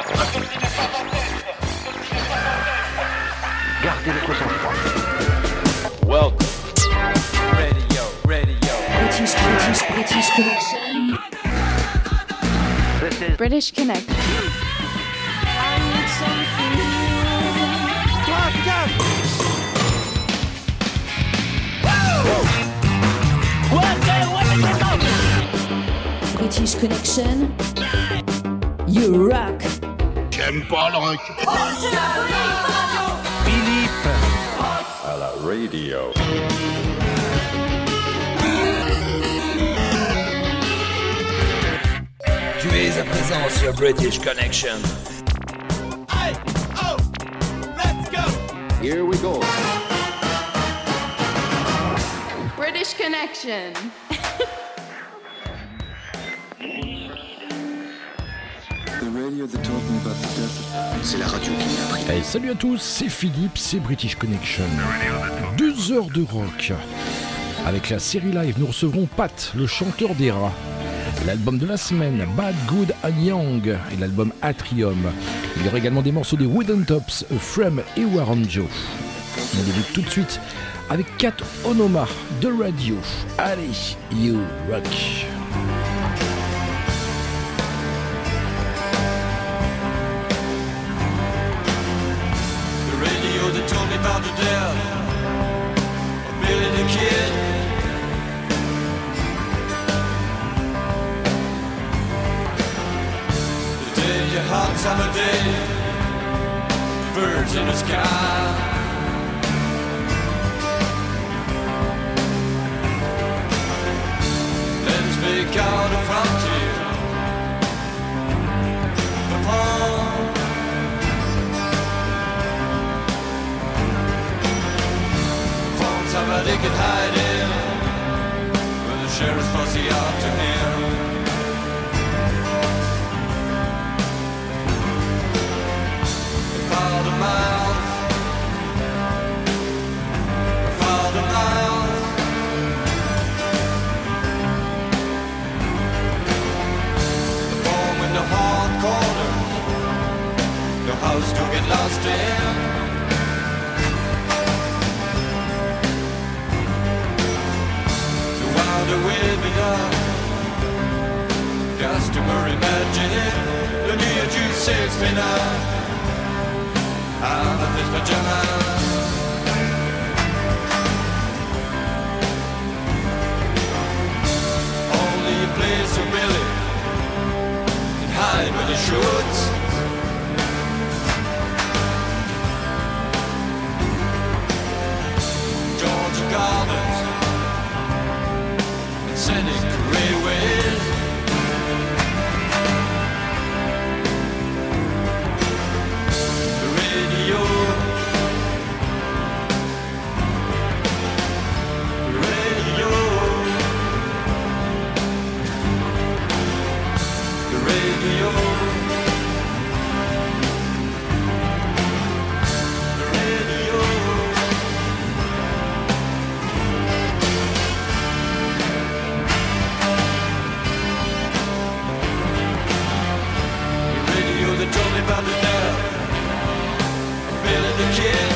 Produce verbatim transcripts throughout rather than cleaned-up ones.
Gardez votre sang-froid. Welcome. Radio, radio. British, British, British Connection. This is British Connection. I need something new. Come on, go. One day, one day, go. British Connection. You rock. J'aime pas le rock. Philippe. À la radio. Tu es à présent sur British Connection. Hey, oh, let's go. Here we go. British Connection. C'est la radio qui m'a pris. Hey, salut à tous, c'est Philippe, c'est British Connection. Deux heures de rock. Avec la série live, nous recevrons Pat, le chanteur des Rats. L'album de la semaine, Bad, Good and Young, et l'album Atrium. Il y aura également des morceaux des Wooden Tops, Frame et Warren Joe. On débute tout de suite avec Kat Onoma de Radio. Allez, you rock. The radio that told me about the death of Billy the Kid. The day, a hot summer day, birds in the sky. Let us make out a frontier upon somebody could hide in with the sheriff's posse after him. Father Miles, Father Miles, the home in the hard corners, the house to get lost in. With me now, customer imagine the new juice saves me now. I'm in his pajamas. Only a place for Billy can hide when he shoots. Georgia Gardens, scenic railways. The radio, the radio, the radio, the radio. Told me about the death of Billy the Kid.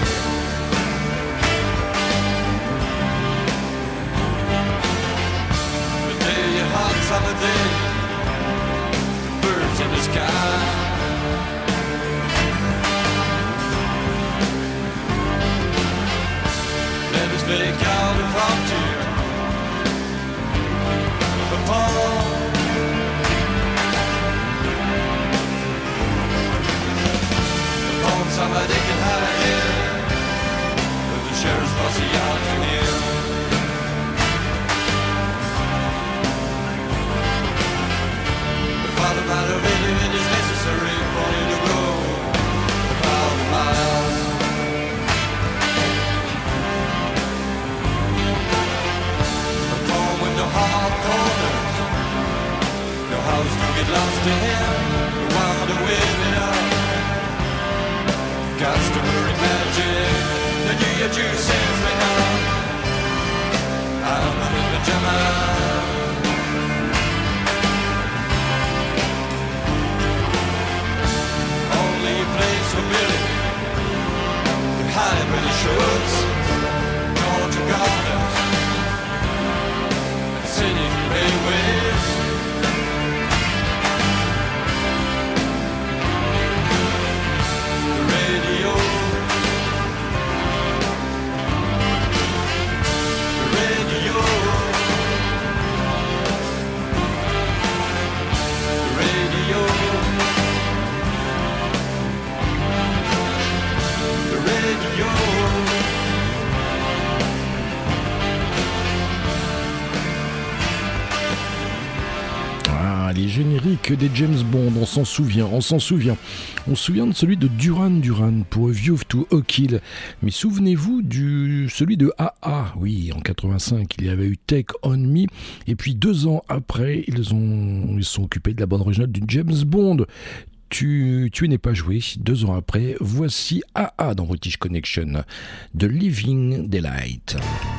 The day, a hot summer day, birds in the sky. Let us make out a frontier upon somebody can hide in with the sheriff's posse after him. The father might have really it is necessary for you to go a thousand miles. A poem with no hard corners, no house to get lost in. Wander with me now. Customer imagine the new year juice sends me now. I'm in his pajamas. mythiques des James Bond, on s'en souvient, on s'en souvient. On se souvient de celui de Duran Duran pour A View to a Kill. Mais souvenez-vous du celui de A A. Oui, en quatre-vingt-cinq, il y avait eu Take On Me. Et puis deux ans après, ils ont ils sont occupés de la bande originale du James Bond. Tu, tu n'es pas joué. Deux ans après, voici A A dans British Connection, The Living Daylight.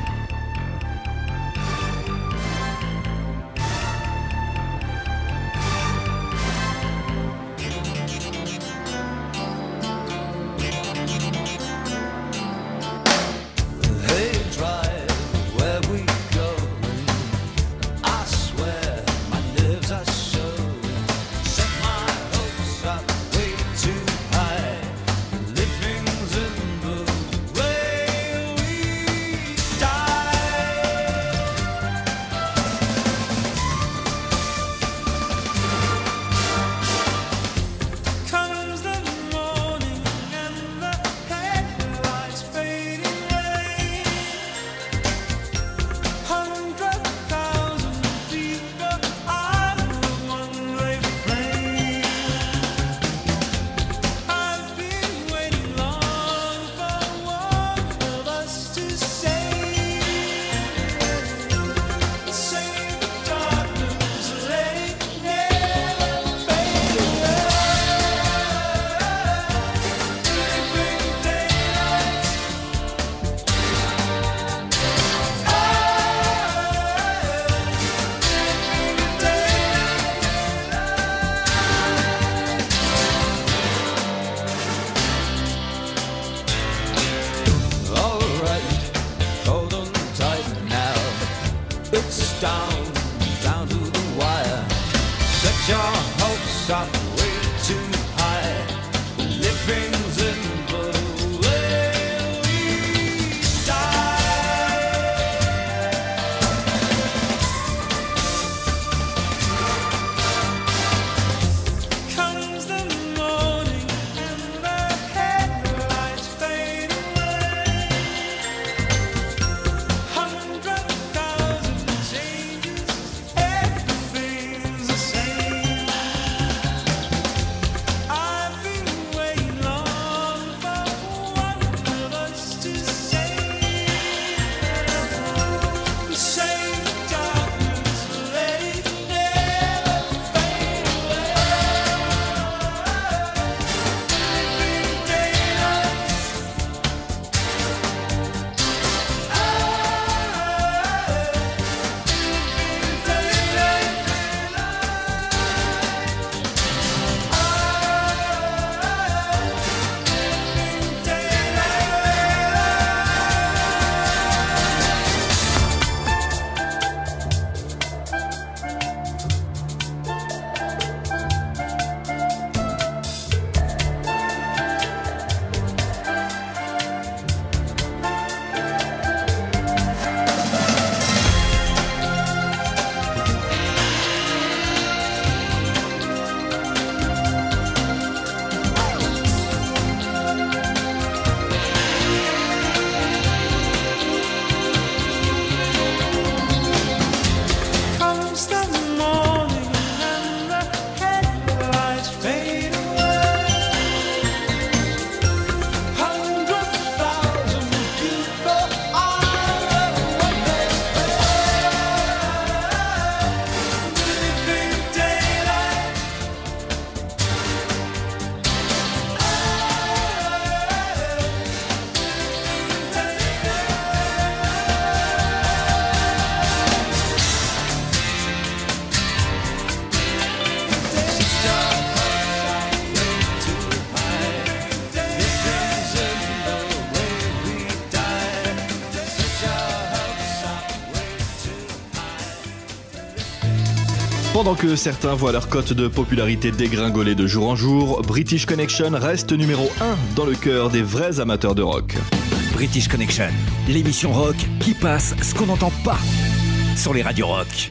Pendant que certains voient leur cote de popularité dégringoler de jour en jour, British Connection reste numéro un dans le cœur des vrais amateurs de rock. British Connection, l'émission rock qui passe ce qu'on n'entend pas sur les radios rock.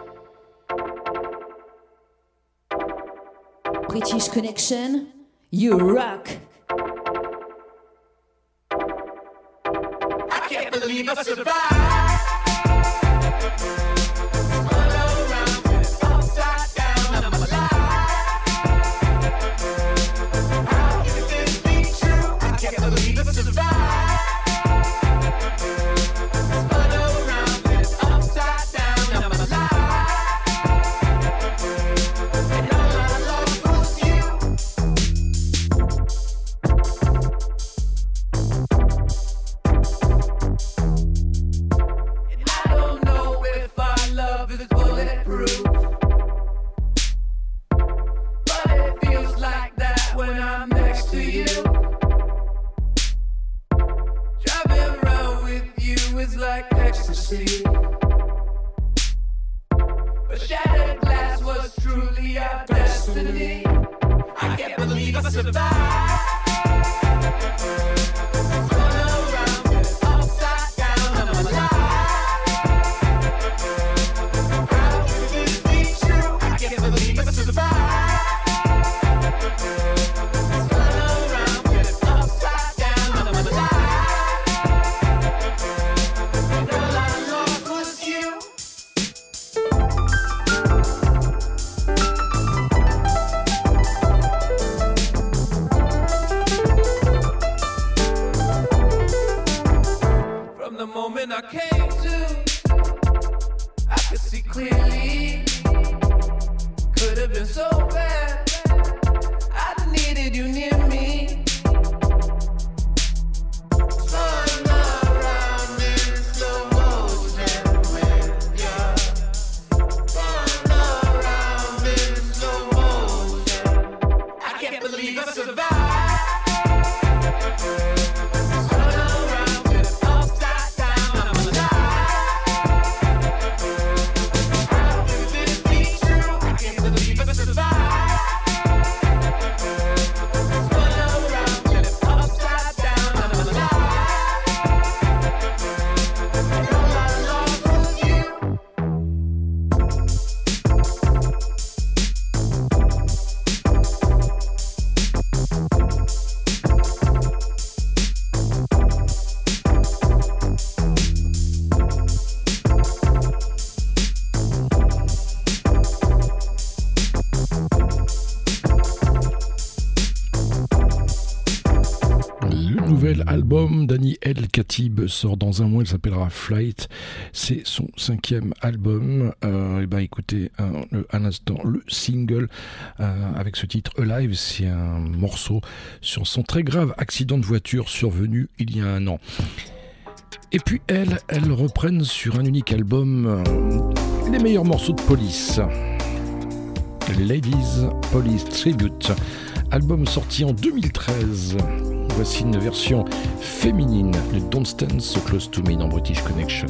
British Connection, you rock. I can't believe I survived. Swallow around, upside down, I'm alive. like ecstasy. But shattered glass was truly our destiny. I can't believe I survived. I came to, I could see clearly. Could have been so bad. I needed you near me. Spun around in slow motion with ya. Spun around in slow motion. I can't believe I survived. Album d'Annie El Khatib sort dans un mois, il s'appellera Flight, c'est son cinquième album. Euh, et ben écoutez un, le, un instant le single euh, avec ce titre Alive, c'est un morceau sur son très grave accident de voiture survenu il y a un an. Et puis elles, elles reprennent sur un unique album euh, les meilleurs morceaux de Police, Ladies Police Tribute, album sorti en deux mille treize. Voici une version féminine de Don't Stand So Close To Me dans British Connection.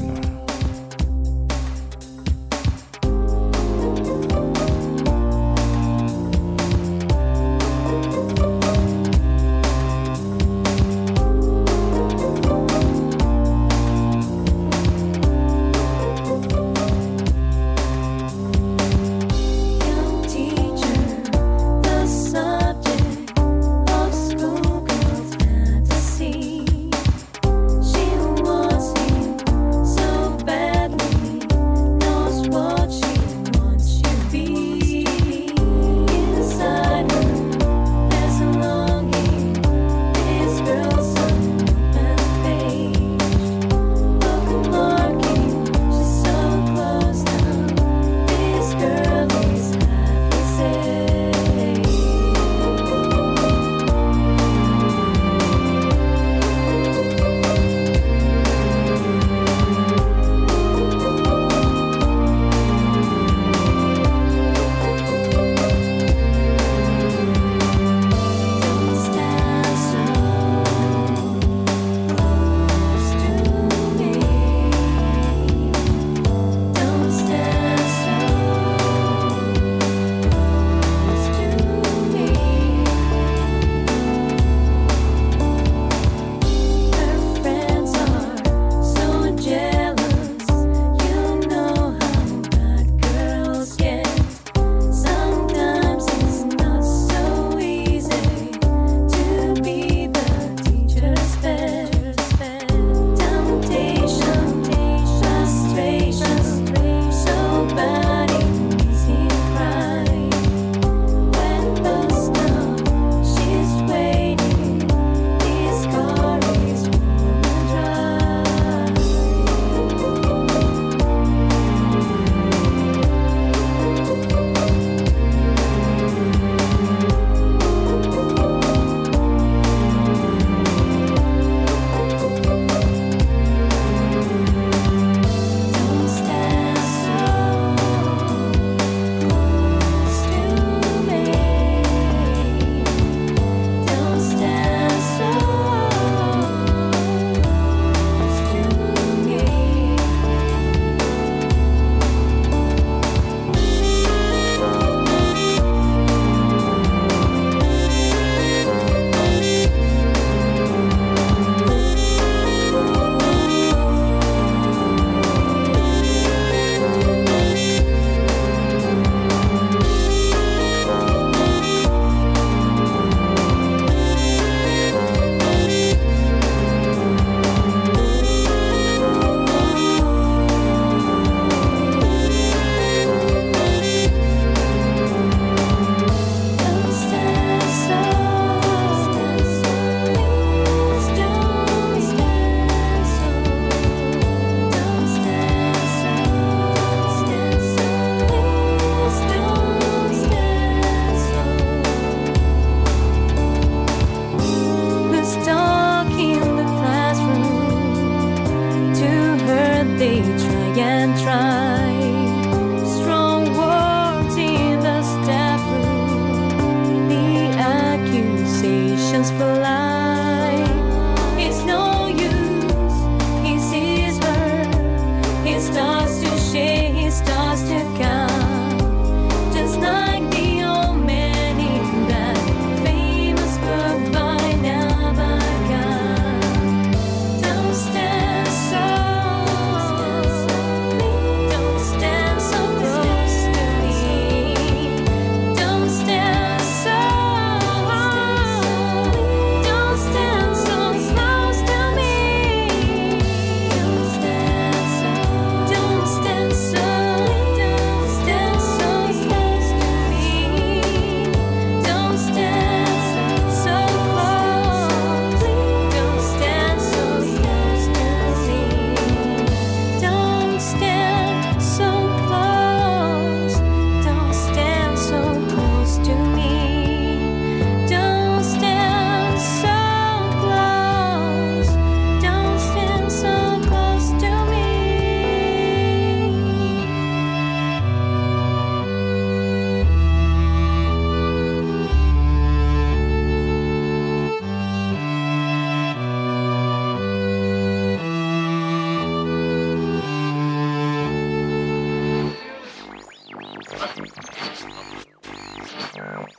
She wants him so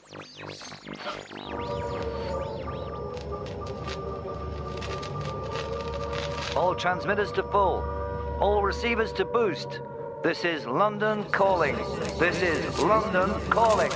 All transmitters to full. All receivers to boost. This is London calling. This is London calling.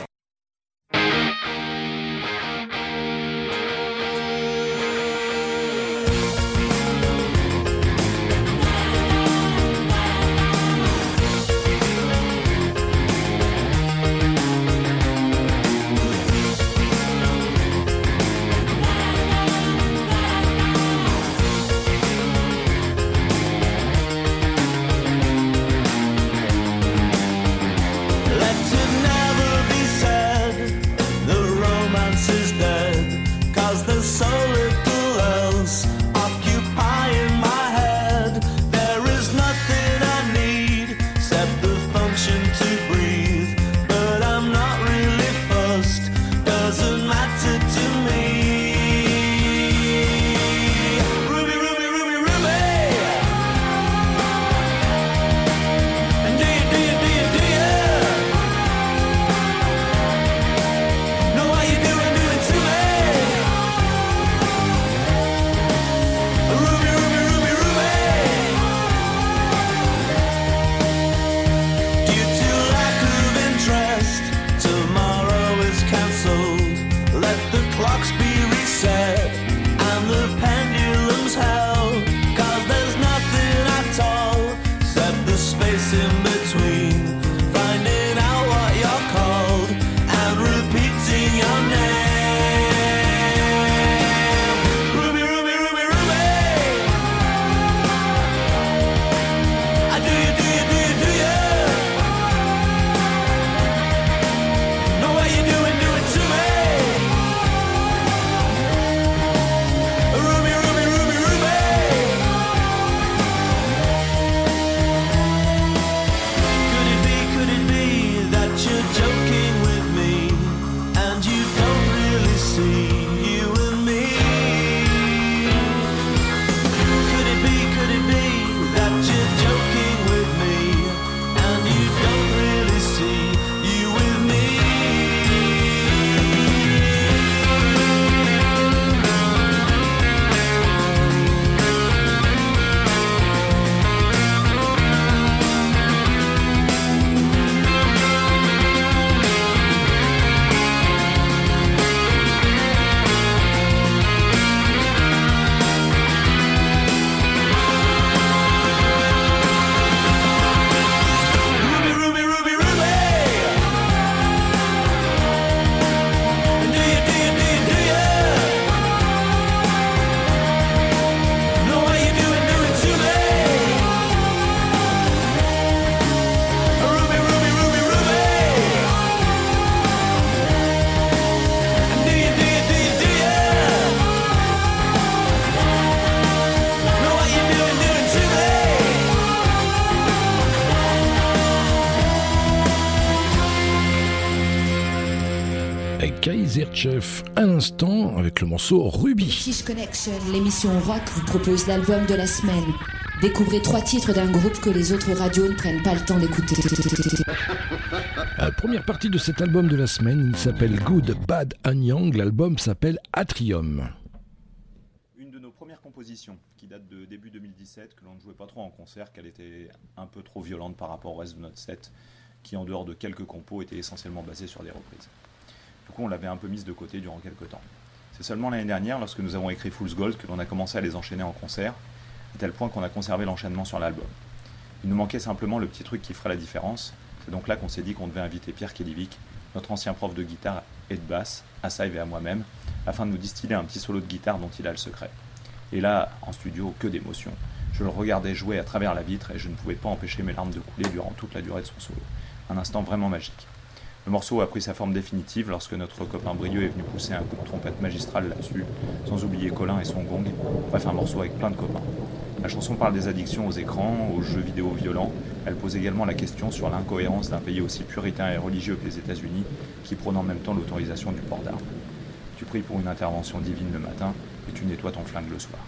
Kaiserchief à l'instant avec le morceau Ruby. British Connection, l'émission rock vous propose l'album de la semaine. Découvrez trois titres d'un groupe que les autres radios ne prennent pas le temps d'écouter. La première partie de cet album de la semaine, il s'appelle Good, Bad and Young. L'album s'appelle Atrium. Une de nos premières compositions qui date de début deux mille dix-sept, que l'on ne jouait pas trop en concert, qu'elle était un peu trop violente par rapport au reste de notre set, qui en dehors de quelques compos était essentiellement basée sur des reprises. Du coup, on l'avait un peu mise de côté durant quelques temps. C'est seulement l'année dernière, lorsque nous avons écrit Fool's Gold, que l'on a commencé à les enchaîner en concert, à tel point qu'on a conservé l'enchaînement sur l'album. Il nous manquait simplement le petit truc qui ferait la différence. C'est donc là qu'on s'est dit qu'on devait inviter Pierre Kelivic, notre ancien prof de guitare et de basse, à Saive et à moi-même, afin de nous distiller un petit solo de guitare dont il a le secret. Et là, en studio, que d'émotion. Je le regardais jouer à travers la vitre et je ne pouvais pas empêcher mes larmes de couler durant toute la durée de son solo. Un instant vraiment magique. Le morceau a pris sa forme définitive lorsque notre copain Brieux est venu pousser un coup de trompette magistral là-dessus, sans oublier Colin et son gong, bref un morceau avec plein de copains. La chanson parle des addictions aux écrans, aux jeux vidéo violents. Elle pose également la question sur l'incohérence d'un pays aussi puritain et religieux que les États-Unis, qui prône en même temps l'autorisation du port d'armes. Tu pries pour une intervention divine le matin et tu nettoies ton flingue le soir.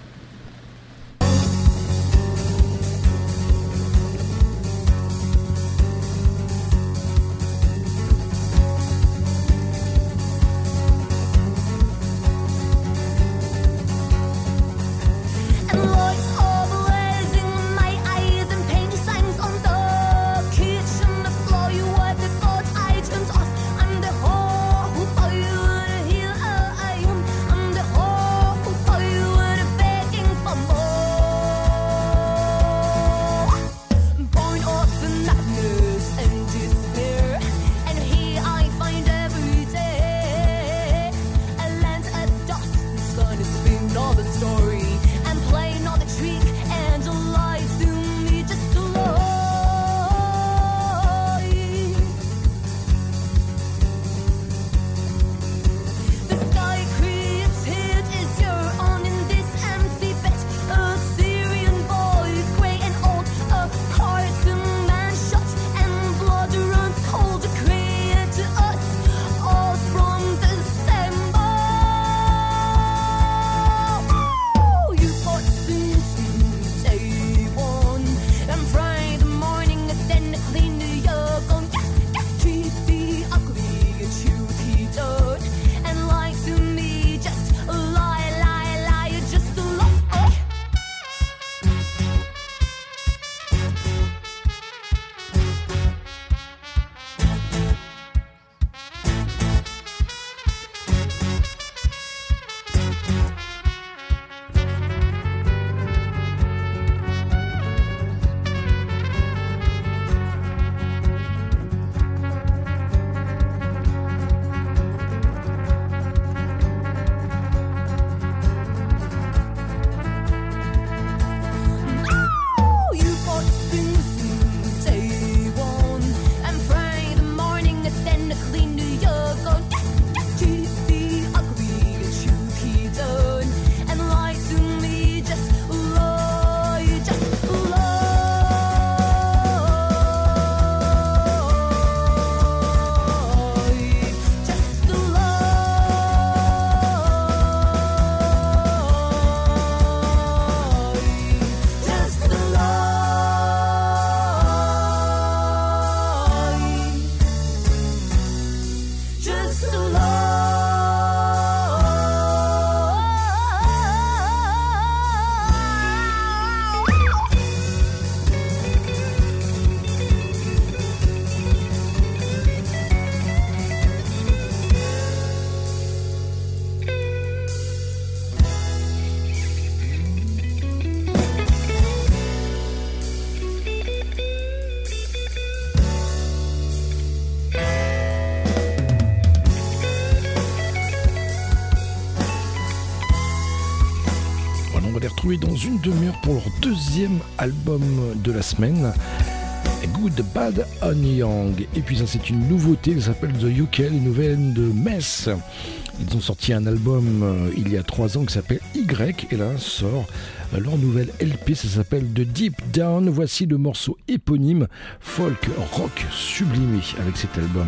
va les retrouver dans une demi-heure pour leur deuxième album de la semaine, Good, Bad and Young. Et puis ça, c'est une nouveauté qui s'appelle The U K, les nouvelles de Metz. Ils ont sorti un album euh, il y a trois ans qui s'appelle Y, et là sort euh, leur nouvelle L P, ça s'appelle The Deep Down. Voici le morceau éponyme, folk rock sublimé avec cet album.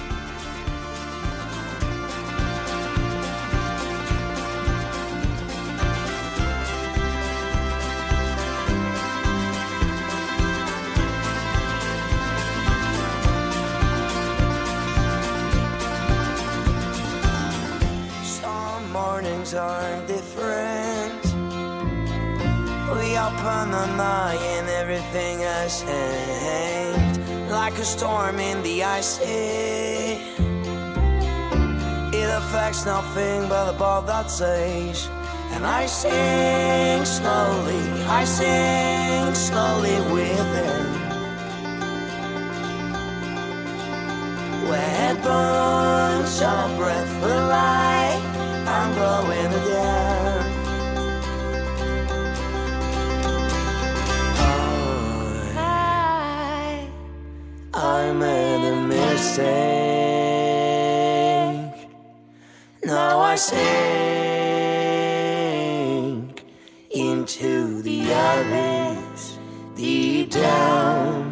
Are different. We open an eye and everything has changed, like a storm in the ice sea. It affects nothing but the ball that says, and I sing slowly, I sing slowly within. When burns your breath will light, I'm going again. I, I made a mistake. Now I sink into the abyss deep down.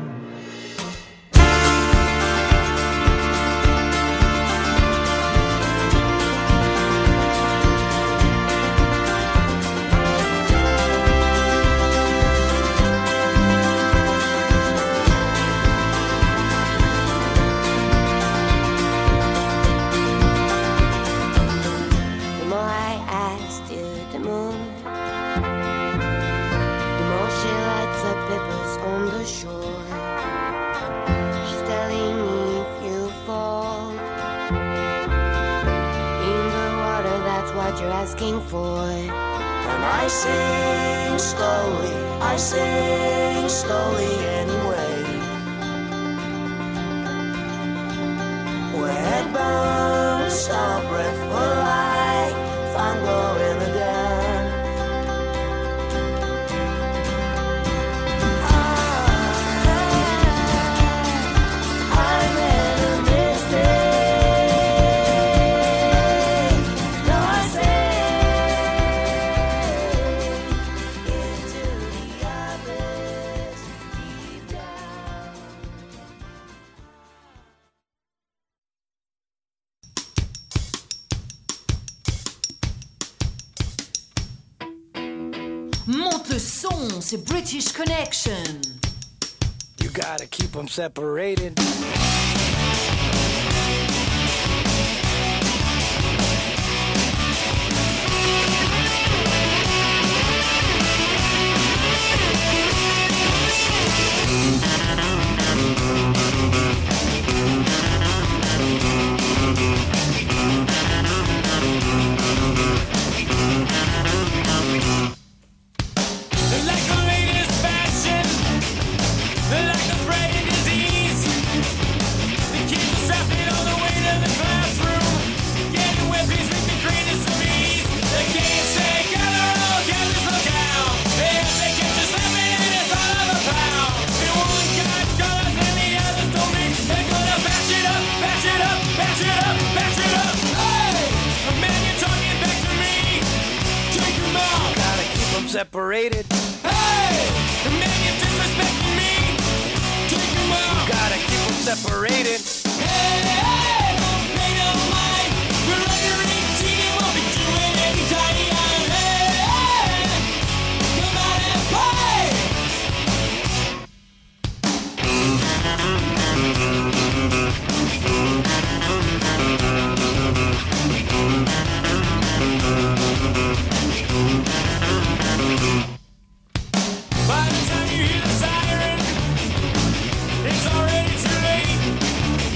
Asking for, and I sing slowly, I sing slowly anyway. When burns our breath for life, I'm going again. I, I made a mistake. Monte le son, c'est British Connection. You gotta keep them separated. Like the latest fashion, like the spreading disease. The kids are strapping on the way to the classroom, getting wet, please with the greatest of ease. They can't say gather all, gather look out. If they catch us slapping and it's all of a pound. The one guy's got us and the others don't mean they're gonna bash it up, bash it up, bash it up, bash it up. Hey, man, you're talking back to me. Take them out. Gotta keep them separated. Hey, the man you're disrespecting me. Take them out. Gotta keep them separated. Hey, hey, don't pay no mind. We're under eighteen, we'll be doing anytime. Hey, hey, come out and play. By the time you hear the siren, it's already too late.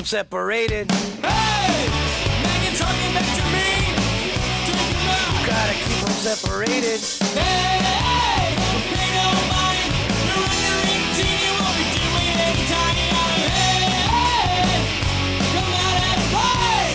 separated. Hey, now you're talking back to me. Take him out. Gotta keep them separated. Hey, hey, pay no mind. You're under eighteen, you won't be doing any time. Hey, hey, come out and play.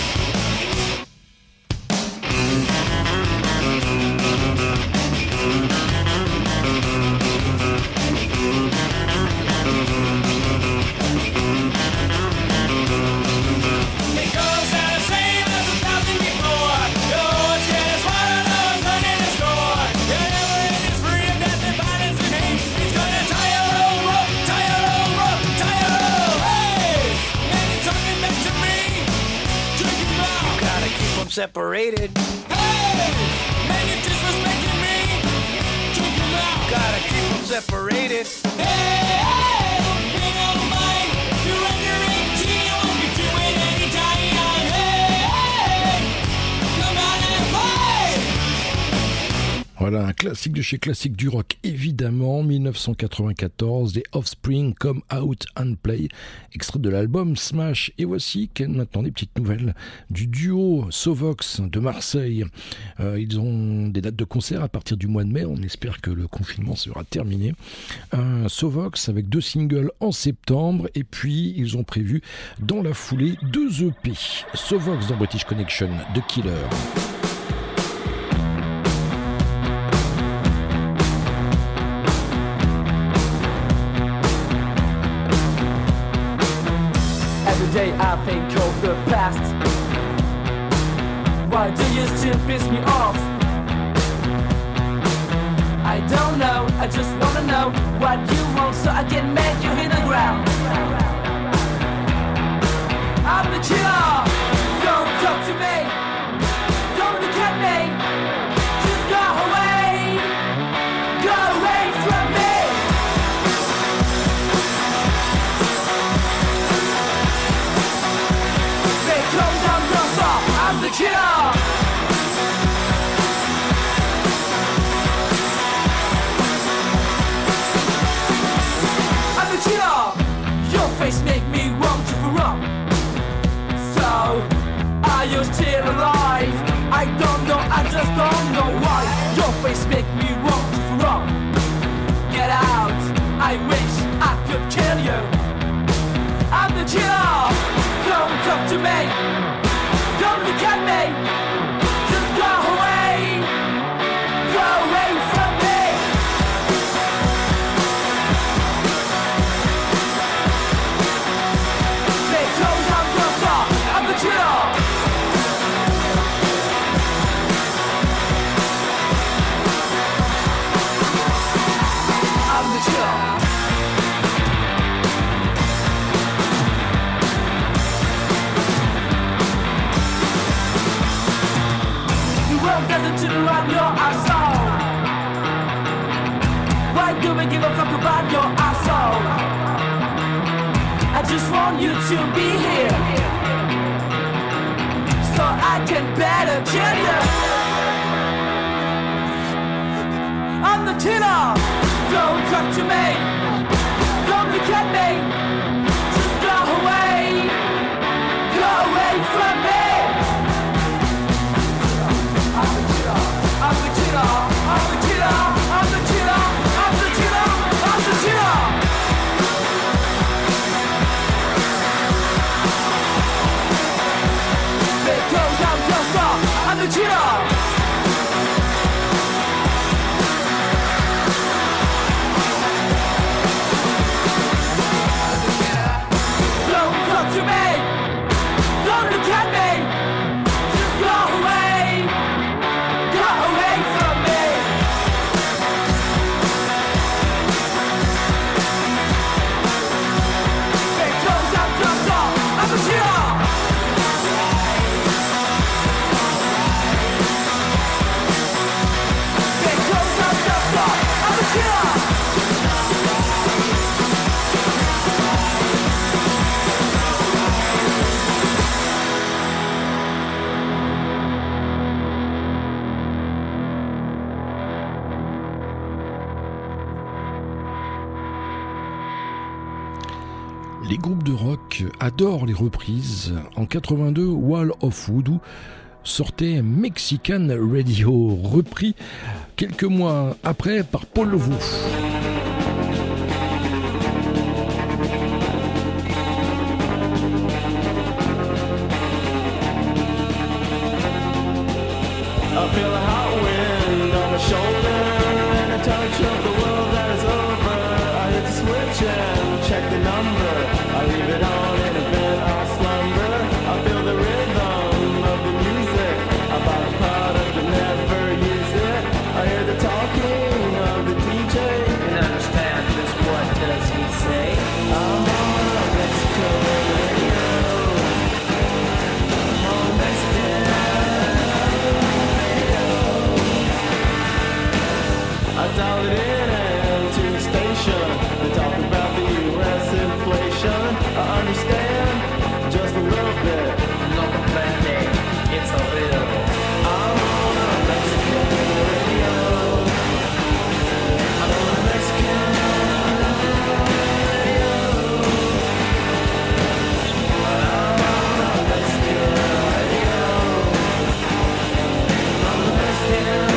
It goes out the same as a thousand before. Oh, it's just one of those fun in the store. Yeah, never in this free of death and violence and hate. It's gonna tie your old rope, tie your old rope, tie your old. Hey, man, you're talking back to me. Drink him out. Gotta keep them separated. Hey, man, you're disrespecting me. Drink him out. Gotta keep them separated. Hey, hey, pay no mind. You're under eighteen, you won't be doing any time. Hey, hey, come out and play. Voilà, un classique de chez classique du rock, évidemment, dix-neuf cent quatre-vingt-quatorze, des Offspring, Come Out and Play, extrait de l'album Smash. Et voici maintenant des petites nouvelles du duo Sovox de Marseille. Euh, ils ont des dates de concert à partir du mois de mai, on espère que le confinement sera terminé. Euh, Sovox avec deux singles en septembre, et puis ils ont prévu dans la foulée deux E P. Sovox dans British Connection, The Killer. Every day I think of the past. Why do you still piss me off? I don't know, I just wanna know what you want so I can make you hit the ground. I'm the killer, don't talk to me, don't look at me, just go away, go away from me. Because I'm the star, I'm the killer. I'm the killer. Your face make me want to throw up. So, are you still alive? I don't know, I just don't know why. Your face make me want to throw up. Get out, I wish I could kill you. I'm the killer. Don't talk to me. Don't look at me. Just go away. Go away from me. Because I'm the star. I'm the killer. I'm the killer. Doesn't chill around your asshole. Why do we give a fuck about your asshole? I just want you to be here so I can better kill you. I'm the killer. Don't talk to me. Don't look at me. Just go away. Go away from me. I'm the killer, I'm the killer, I'm the killer, I'm the killer, I'm the killer, I'm the killer. Because I'm the star, I'm the killer. Les groupes de rock adorent les reprises. En quatre-vingt-deux, Wall of Voodoo sortait Mexican Radio, repris quelques mois après par Paul Levaux. I feel a hot wind on my shoulder and a touch of the world that is over. I hit the switch and check the number. I leave it on in a bit of slumber. I feel the rhythm of the music. I buy the product but never use it. I hear the talking of the D J and understand just what does he say. I'm on a Mexico radio. I'm on Mexican. I dialed it in and to the station. They talk about the U S inflation. I understand just a little bit. No comprende, it's a little. I'm on a Mexican radio. I'm on a Mexican radio. I'm on a Mexican radio. I'm a Mexican.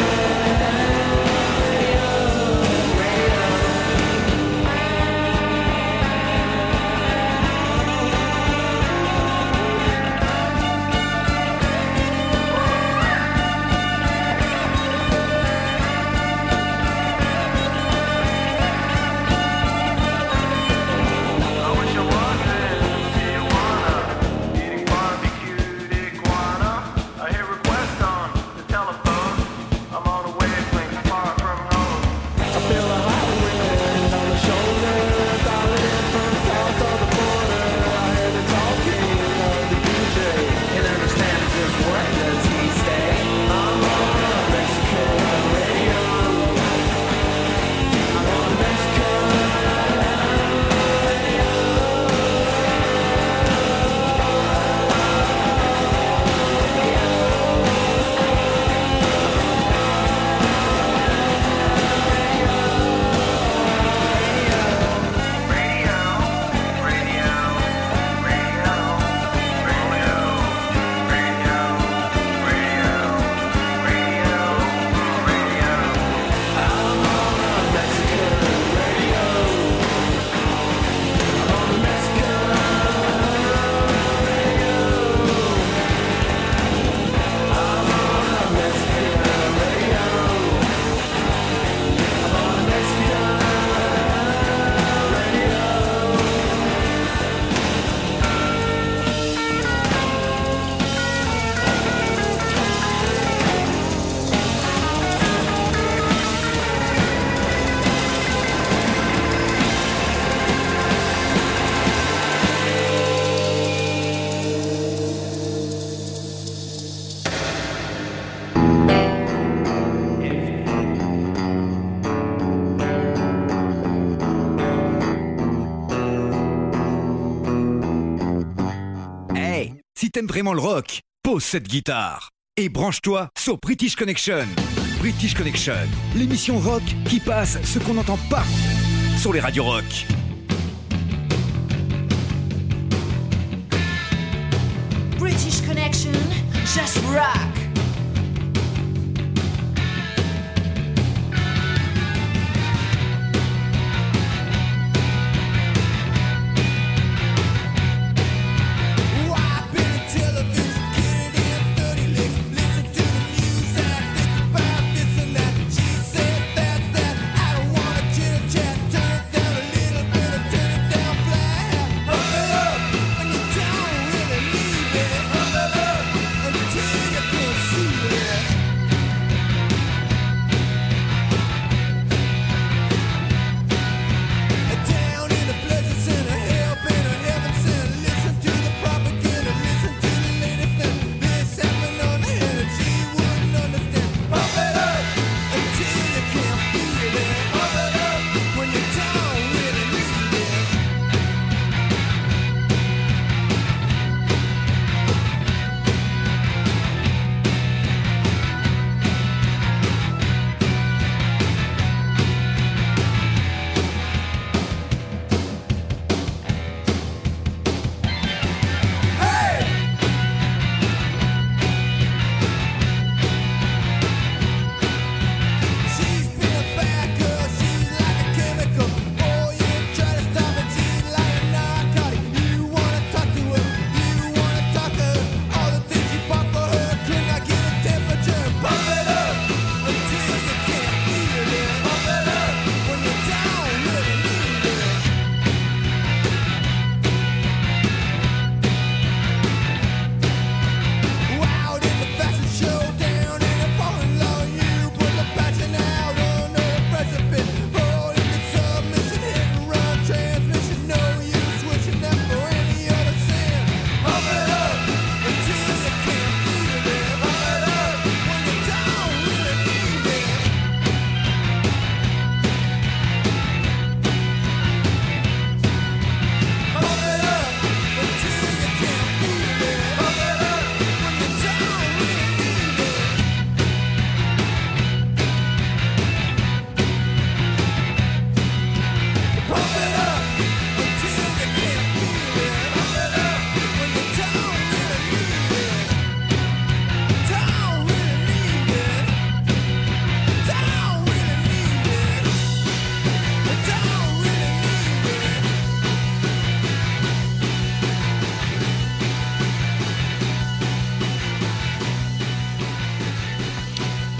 Si t'aimes vraiment le rock, pose cette guitare et branche-toi sur British Connection. British Connection, l'émission rock qui passe ce qu'on n'entend pas sur les radios rock. British Connection, just rock. Until you can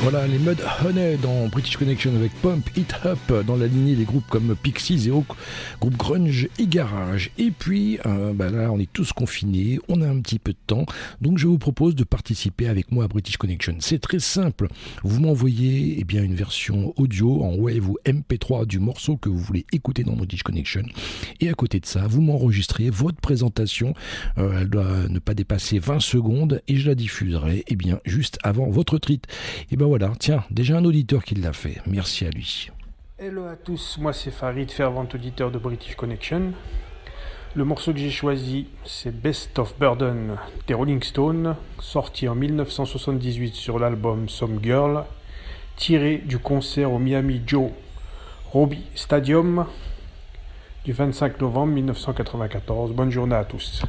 Voilà les Mudhoney dans British Connection avec Pump It Up dans la lignée des groupes comme Pixies et autres, groupe grunge et garage. Et puis euh, bah là on est tous confinés, on a un petit peu de temps, donc je vous propose de participer avec moi à British Connection. C'est très simple, vous m'envoyez eh bien une version audio en wave ou M P trois du morceau que vous voulez écouter dans British Connection, et à côté de ça vous m'enregistrez votre présentation, euh, elle doit ne pas dépasser vingt secondes et je la diffuserai eh bien juste avant votre treat. Et ben voilà, tiens, déjà un auditeur qui l'a fait, merci à lui. Hello à tous, moi c'est Farid, fervent auditeur de British Connection. Le morceau que j'ai choisi, c'est Best of Burden des Rolling Stones, sorti en dix-neuf cent soixante-dix-huit sur l'album Some Girl, tiré du concert au Miami Joe Robbie Stadium du vingt-cinq novembre mille neuf cent quatre-vingt-quatorze. Bonne journée à tous.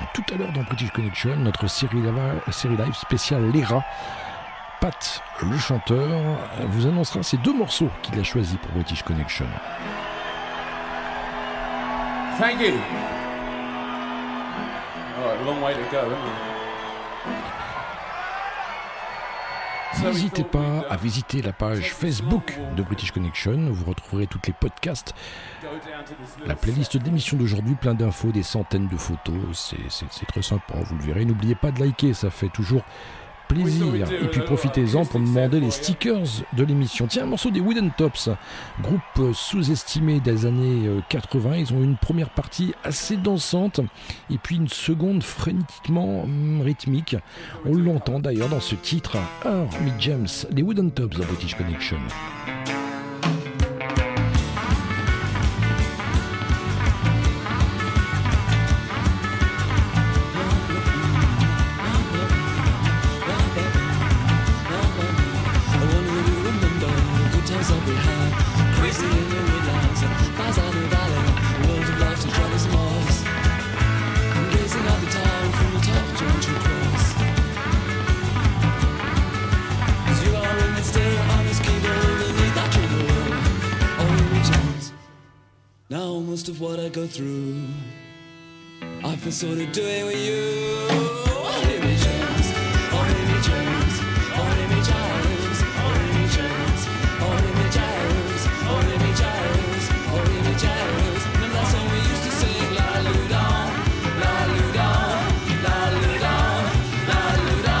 tout à l'heure dans British Connection, notre série live, série live spéciale Lera. Pat, le chanteur, vous annoncera ces deux morceaux qu'il a choisis pour British Connection. Thank you. Oh, long way to go, isn't it? N'hésitez pas à visiter la page Facebook de British Connection. Vous retrouverez tous les podcasts, la playlist d'émissions d'aujourd'hui, plein d'infos, des centaines de photos. C'est, c'est, c'est très sympa, vous le verrez. N'oubliez pas de liker, ça fait toujours plaisir. Et puis profitez-en pour demander les stickers de l'émission. Tiens, un morceau des Wooden Tops, groupe sous-estimé des années quatre-vingts. Ils ont une première partie assez dansante et puis une seconde frénétiquement rythmique. On l'entend d'ailleurs dans ce titre, Army James, les Wooden Tops dans British Connection. Most of what I go through, I've been sort of doing with you. Oh, hear me, James. Oh, hear me, James. Oh, hear me, James. Oh, hear me, James. Oh, hear me, James. Oh, hear me, James. Oh, hear me, James. Remember that song we used to sing? La Luda, La Luda, La Luda, La Luda.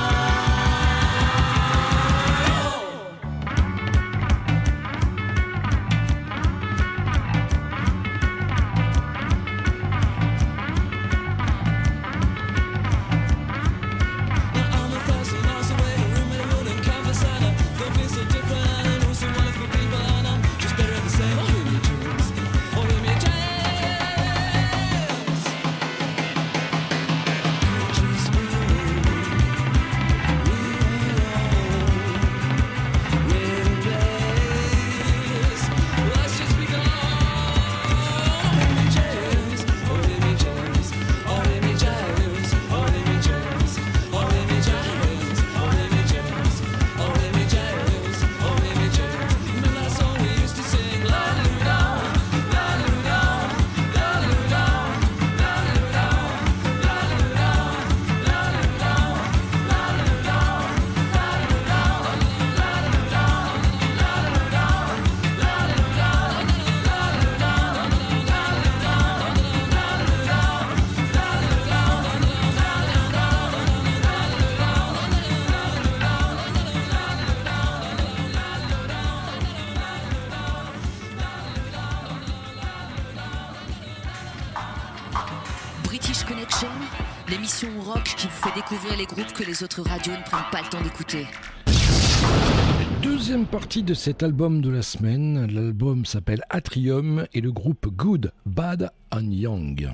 L'émission rock qui vous fait découvrir les groupes que les autres radios ne prennent pas le temps d'écouter. Deuxième partie de cet album de la semaine. L'album s'appelle Atrium et le groupe Good, Bad and Young.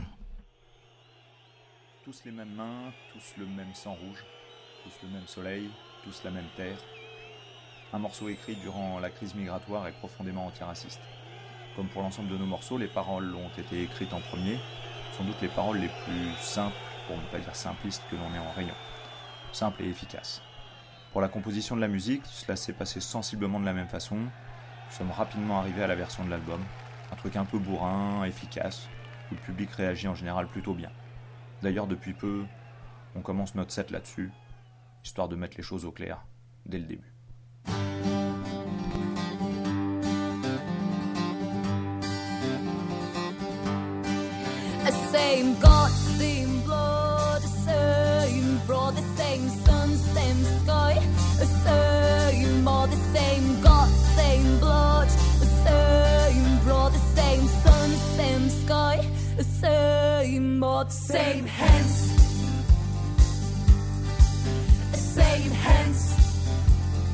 Tous les mêmes mains, tous le même sang rouge, tous le même soleil, tous la même terre. Un morceau écrit durant la crise migratoire est profondément antiraciste. Comme pour l'ensemble de nos morceaux, les paroles ont été écrites en premier, sans doute les paroles les plus simples, pour ne pas dire simplistes, que l'on ait en rayon. Simple et efficace. Pour la composition de la musique, cela s'est passé sensiblement de la même façon. Nous sommes rapidement arrivés à la version de l'album. Un truc un peu bourrin, efficace, où le public réagit en général plutôt bien. D'ailleurs, depuis peu, on commence notre set là-dessus, histoire de mettre les choses au clair, dès le début. Same God, same blood, same brother, same sun, same sky. Same all the same God, same blood, same brother, same sun, same sky. Same all the same hands, same hands,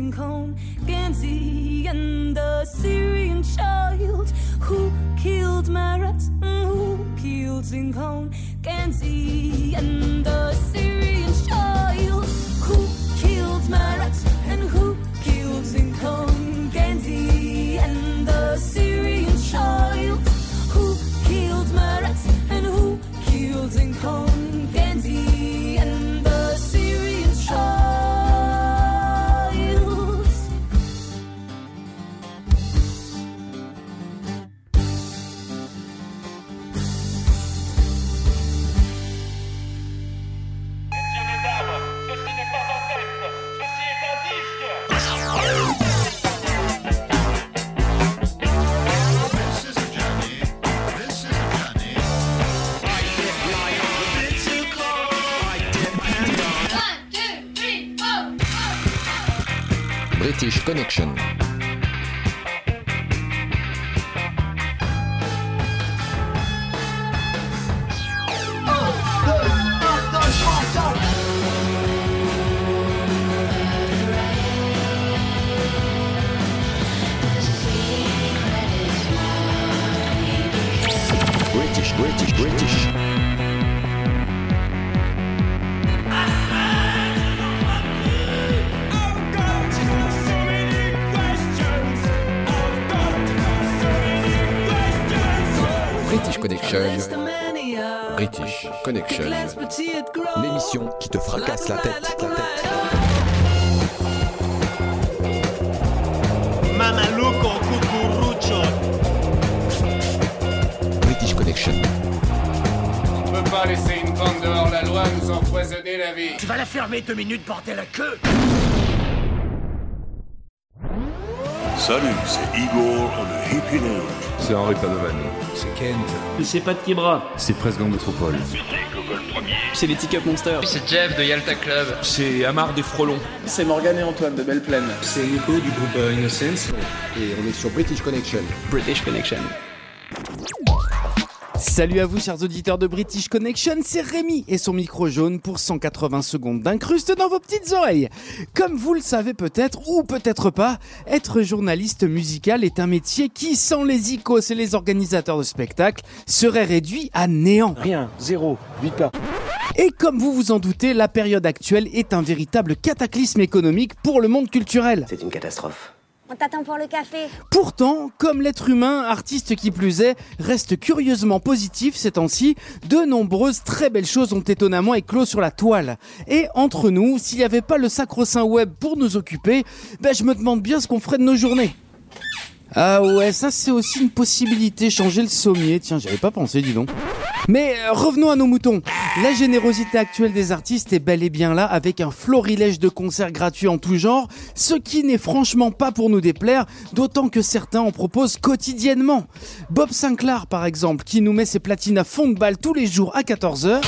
Zincon, Genzi, and the Syrian child who killed Marat, who killed Zincon, Genzi, and the Syrian child who killed Marat, and who killed Zincon, Genzi, and the Syrian child who killed Marat, and who killed Zincon, Genzi, and the Syrian child. British Connection. British, British, British. British Connection. British Connection. L'émission qui te fracasse la tête, la tête. Mamaluco cucurucho. British Connection. On peut pas laisser une bande dehors la loi nous empoisonner la vie. Tu vas la fermer deux minutes, bordel à queue. Salut, c'est Igor on the Hippie Note. C'est Henri Padovan. C'est Kent. C'est Pat Kibra. C'est Presque Gang Métropole. C'est les Teacup Monsters. C'est Jeff de Yalta Club. C'est Amar des Frelons. C'est Morgane et Antoine de Belle Plaine. C'est Nico du groupe euh, Innocence. Et on est sur British Connection. British Connection. Salut à vous chers auditeurs de British Connection, c'est Rémi et son micro jaune pour cent quatre-vingts secondes d'incruste dans vos petites oreilles. Comme vous le savez peut-être ou peut-être pas, être journaliste musical est un métier qui, sans les icos et les organisateurs de spectacles, serait réduit à néant. Rien, zéro, vite pas. Et comme vous vous en doutez, la période actuelle est un véritable cataclysme économique pour le monde culturel. C'est une catastrophe. On t'attend pour le café. Pourtant, comme l'être humain, artiste qui plus est, reste curieusement positif ces temps-ci, de nombreuses très belles choses ont étonnamment éclos sur la toile. Et entre nous, s'il n'y avait pas le sacro-saint web pour nous occuper, ben je me demande bien ce qu'on ferait de nos journées. Ah ouais, ça c'est aussi une possibilité, changer le sommier. Tiens, j'avais pas pensé, dis donc. Mais euh, revenons à nos moutons. La générosité actuelle des artistes est bel et bien là, avec un florilège de concerts gratuits en tout genre, ce qui n'est franchement pas pour nous déplaire, d'autant que certains en proposent quotidiennement. Bob Sinclair par exemple, qui nous met ses platines à fond de balle tous les jours à quatorze heures.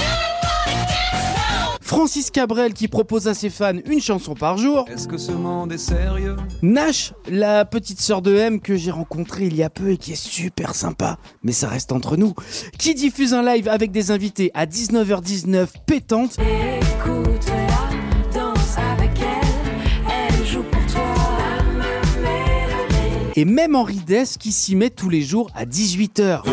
Francis Cabrel qui propose à ses fans une chanson par jour. Est-ce que ce monde est sérieux ? Nash, la petite sœur de M que j'ai rencontrée il y a peu et qui est super sympa, mais ça reste entre nous, qui diffuse un live avec des invités à dix-neuf heures dix-neuf pétantes. Écoute-la, danse avec elle, elle joue pour toi. Et même Henri Dess qui s'y met tous les jours à dix-huit heures.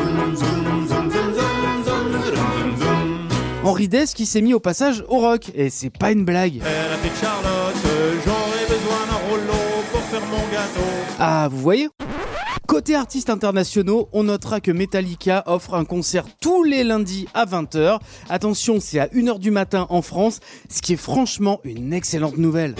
Henri Dess qui s'est mis au passage au rock, et c'est pas une blague. Elle a fait Charlotte, j'aurais besoin d'un rouleau pour faire mon gâteau. Ah, vous voyez ? Côté artistes internationaux, on notera que Metallica offre un concert tous les lundis à vingt heures. Attention, c'est à une heure du matin en France, ce qui est franchement une excellente nouvelle.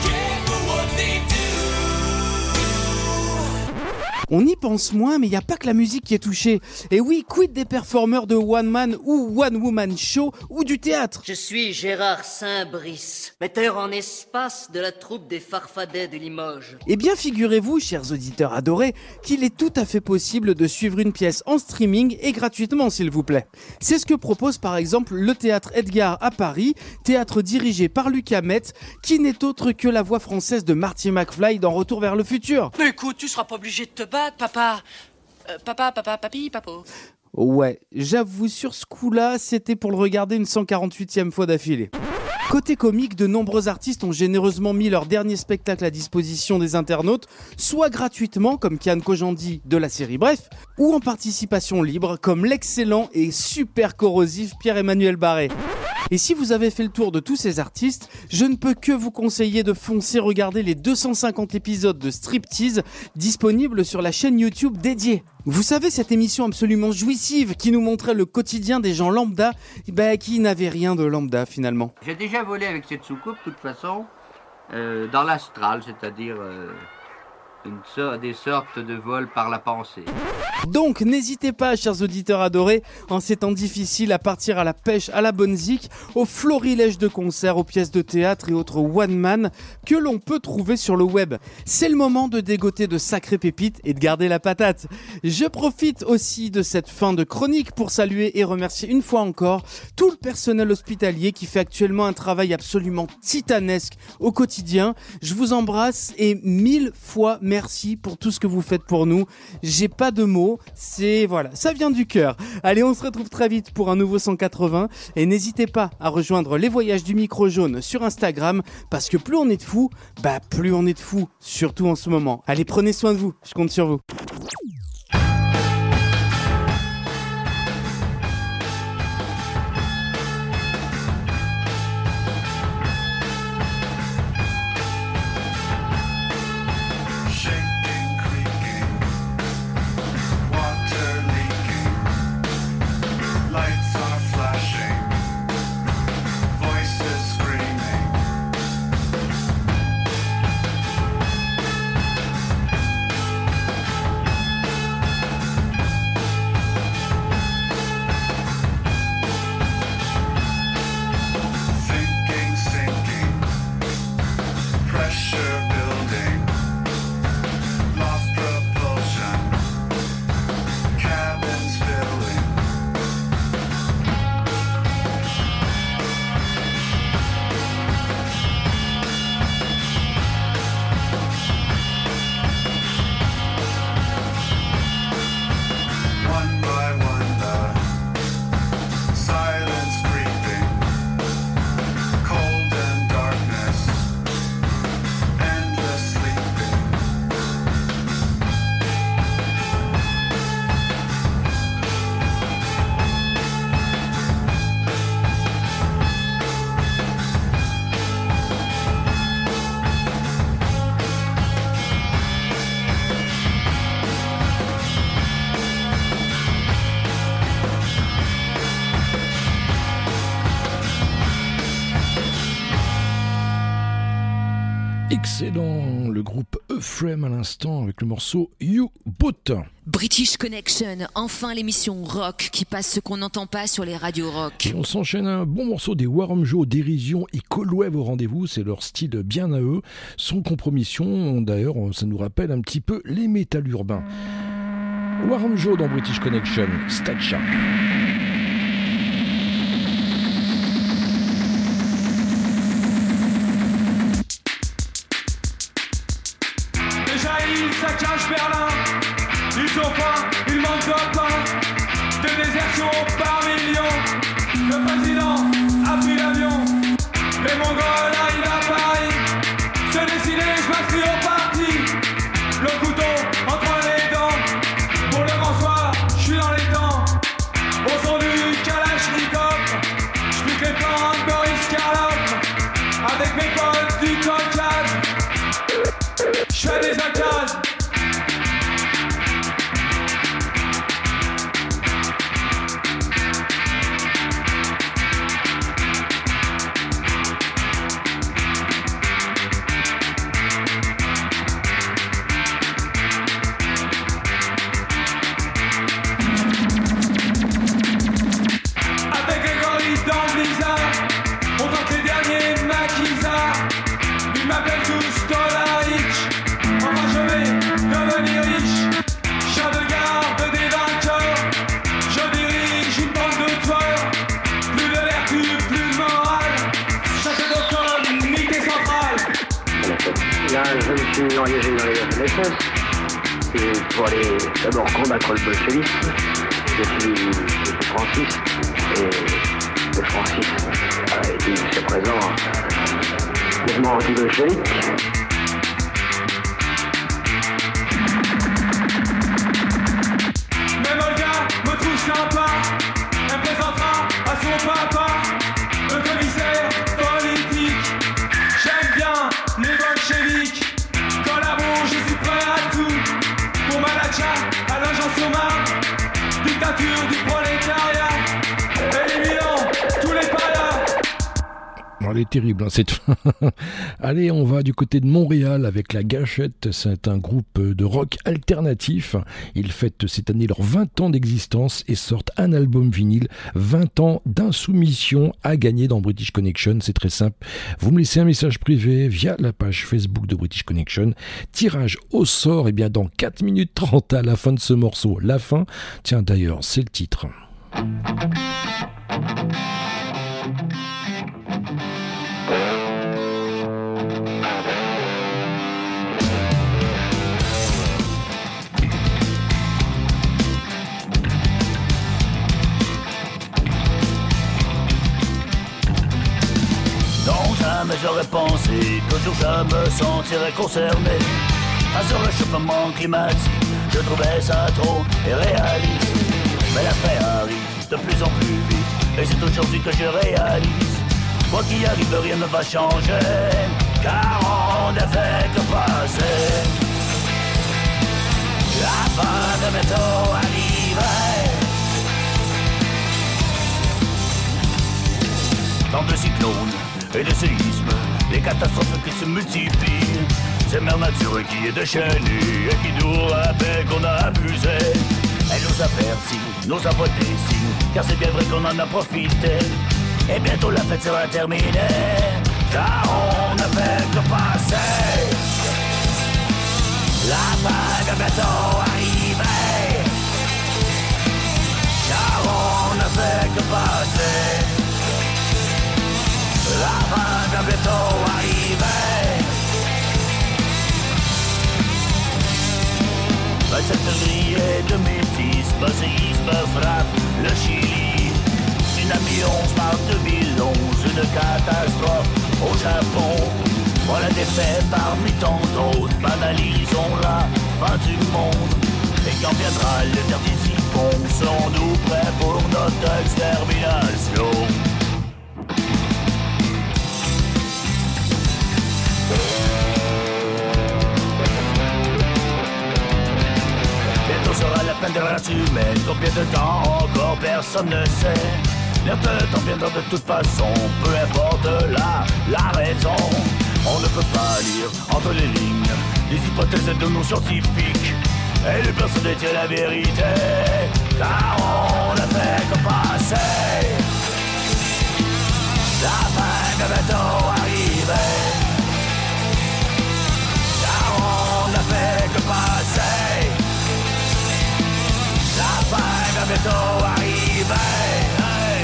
On y pense moins, mais il n'y a pas que la musique qui est touchée. Et oui, quid des performeurs de One Man ou One Woman Show ou du théâtre ? Je suis Gérard Saint-Brice, metteur en espace de la troupe des Farfadets de Limoges. Eh bien, figurez-vous, chers auditeurs adorés, qu'il est tout à fait possible de suivre une pièce en streaming et gratuitement, s'il vous plaît. C'est ce que propose par exemple le Théâtre Edgar à Paris, théâtre dirigé par Luc Hamet, qui n'est autre que la voix française de Marty McFly dans Retour vers le futur. Mais écoute, tu seras pas obligé de te battre. Papa, euh, papa, papa, papi, papo. Ouais, j'avoue sur ce coup-là, c'était pour le regarder une cent quarante-huitième fois d'affilée. Côté comique, de nombreux artistes ont généreusement mis leur dernier spectacle à disposition des internautes, soit gratuitement comme Kian Kojandi de la série Bref, ou en participation libre comme l'excellent et super corrosif Pierre-Emmanuel Barré. Et si vous avez fait le tour de tous ces artistes, je ne peux que vous conseiller de foncer regarder les deux cent cinquante épisodes de Striptease disponibles sur la chaîne YouTube dédiée. Vous savez, cette émission absolument jouissive qui nous montrait le quotidien des gens lambda, bah, qui n'avaient rien de lambda finalement. J'ai déjà volé avec cette soucoupe, de toute façon, euh, dans l'astral, c'est-à-dire euh, une so- des sortes de vols par la pensée. Donc, n'hésitez pas, chers auditeurs adorés, en ces temps difficiles, à partir à la pêche, à la bonne zik, au florilège de concerts, aux pièces de théâtre et autres one-man que l'on peut trouver sur le web. C'est le moment de dégoter de sacrées pépites et de garder la patate. Je profite aussi de cette fin de chronique pour saluer et remercier une fois encore tout le personnel hospitalier qui fait actuellement un travail absolument titanesque au quotidien. Je vous embrasse et mille fois merci pour tout ce que vous faites pour nous. J'ai pas de mots, c'est voilà, ça vient du cœur. Allez, on se retrouve très vite pour un nouveau cent quatre-vingts et n'hésitez pas à rejoindre les voyages du micro jaune sur Instagram parce que plus on est de fous, bah plus on est de fous, surtout en ce moment. Allez, prenez soin de vous, je compte sur vous. Excellent, le groupe Euphrem à l'instant avec le morceau You Boot. British Connection, enfin l'émission rock qui passe ce qu'on n'entend pas sur les radios rock. Et on s'enchaîne un bon morceau des Warham Joe, Dérision et Colwave au rendez-vous, c'est leur style bien à eux, sans compromission, d'ailleurs ça nous rappelle un petit peu les métal urbains. Warham Joe dans British Connection, Stacha. Ça cache Berlin, ils ont faim, ils manquent de pain, de désertion par millions. Le président a pris l'avion, les Mongols arrivent à Paris. Je décidé, je m'inscris au parti, le couteau entre les dents. Pour le grand soir, je suis dans les temps, au son du Kalachnikov. Je pique les plans de Boris Karloff, avec mes potes du Caucase. Je fais des occasions. Avec les gorilles dans le blizzard, on tente les derniers maquisards. Ils m'appellent tous Tolaric. Enfin je vais devenir riche. Chien de garde des vainqueurs. Je dirige une bande de tueurs. Plus de vertu, plus de morale. Chaque d'automne, unité centrale. Là, je me suis engagé dans les S S et pour aller d'abord combattre le bolchevisme. Je suis, je suis Francis et le francisme a été une présent, vivement anti-bolchevique. Même Olga me trouve sympa. Elle présentera à son papa le commissaire politique. J'aime bien les bolcheviks. Quand l'amour, je suis prêt à tout. Pour Malacha, à l'agence Omar, dictature du prolétariat. Éliminant tous les palas. Elle est terrible, hein, cette fin. Allez, on va du côté de Montréal avec La Gâchette. C'est un groupe de rock alternatif. Ils fêtent cette année leurs vingt ans d'existence et sortent un album vinyle. vingt ans d'insoumission à gagner dans British Connection. C'est très simple. Vous me laissez un message privé via la page Facebook de British Connection. Tirage au sort, et bien dans quatre minutes trente à la fin de ce morceau. La fin, tiens d'ailleurs, c'est le titre. Non, jamais j'aurais pensé qu'un jour je me sentirais concerné par ce réchauffement climatique. Je trouvais ça trop irréaliste. Mais la paix arrive de plus en plus vite, et c'est aujourd'hui que je réalise. Quoi qu'il arrive, rien ne va changer, car on ne fait que passer. La fin de bientôt arriverait. Tant de cyclones et de séismes, les catastrophes qui se multiplient. C'est mère nature qui est déchaînée et qui nous rappelle qu'on a abusé. Elle nous avertit, nous envoie des signes, car c'est bien vrai qu'on en a profité. Et bientôt la fête sera terminée, car on ne fait que passer. La fin va bientôt arriver, car on ne fait que passer. La fin va bientôt arriver. vingt-sept février deux mille dix, le séisme frappe le Chili. Tsunami onze mars deux mille onze, une catastrophe au Japon. Voilà des faits parmi tant d'autres, banalisons la fin du monde. Et quand viendra le dernier siphon, serons-nous prêts pour notre extermination? Bientôt sera la fin de la race humaine. Combien de temps encore, personne ne sait. L'air de temps viendra de toute façon, peu importe la, la raison. On ne peut pas lire entre les lignes les hypothèses de nos scientifiques, et le personne ne tient la vérité, car on ne fait que passer. La fin va bientôt arriver, car on ne fait que passer. La fin va bientôt arriver. Hey.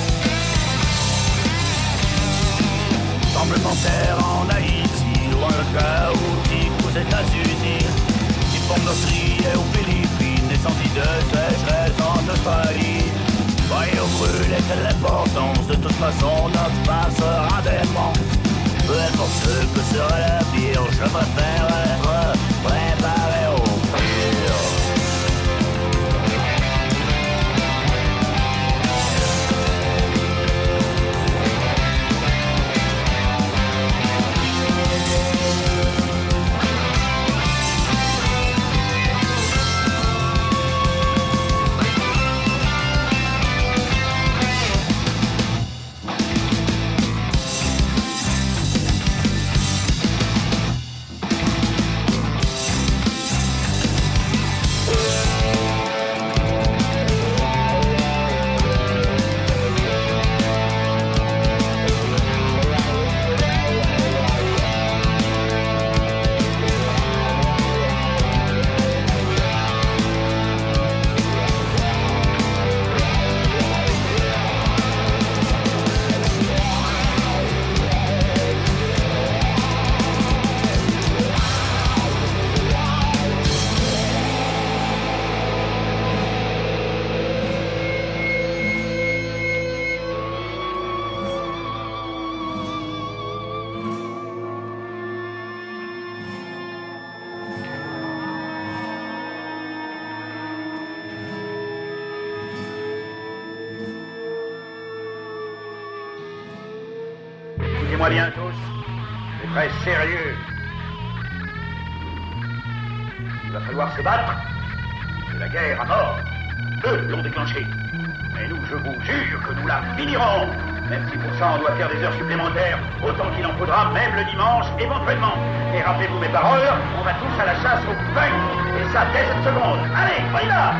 Tremblement de terre en Haïti, ou un chaotique aux États-Unis, typhon meurtrier aux Philippines, incendie de sécheresse en Australie. Voyez au brûler, quelle importance, de toute façon notre part sera démente. Peu importe ce que sera l'avenir, je préfère être préparé au pire. Écoutez-moi bien tous, c'est très sérieux. Il va falloir se battre. C'est la guerre à mort. Eux l'ont déclenchée. Mais nous, je vous jure que nous la finirons. Même si pour ça on doit faire des heures supplémentaires, autant qu'il en faudra, même le dimanche, éventuellement. Et rappelez-vous mes paroles, on va tous à la chasse au punk. Et ça dès cette seconde. Allez, on y va.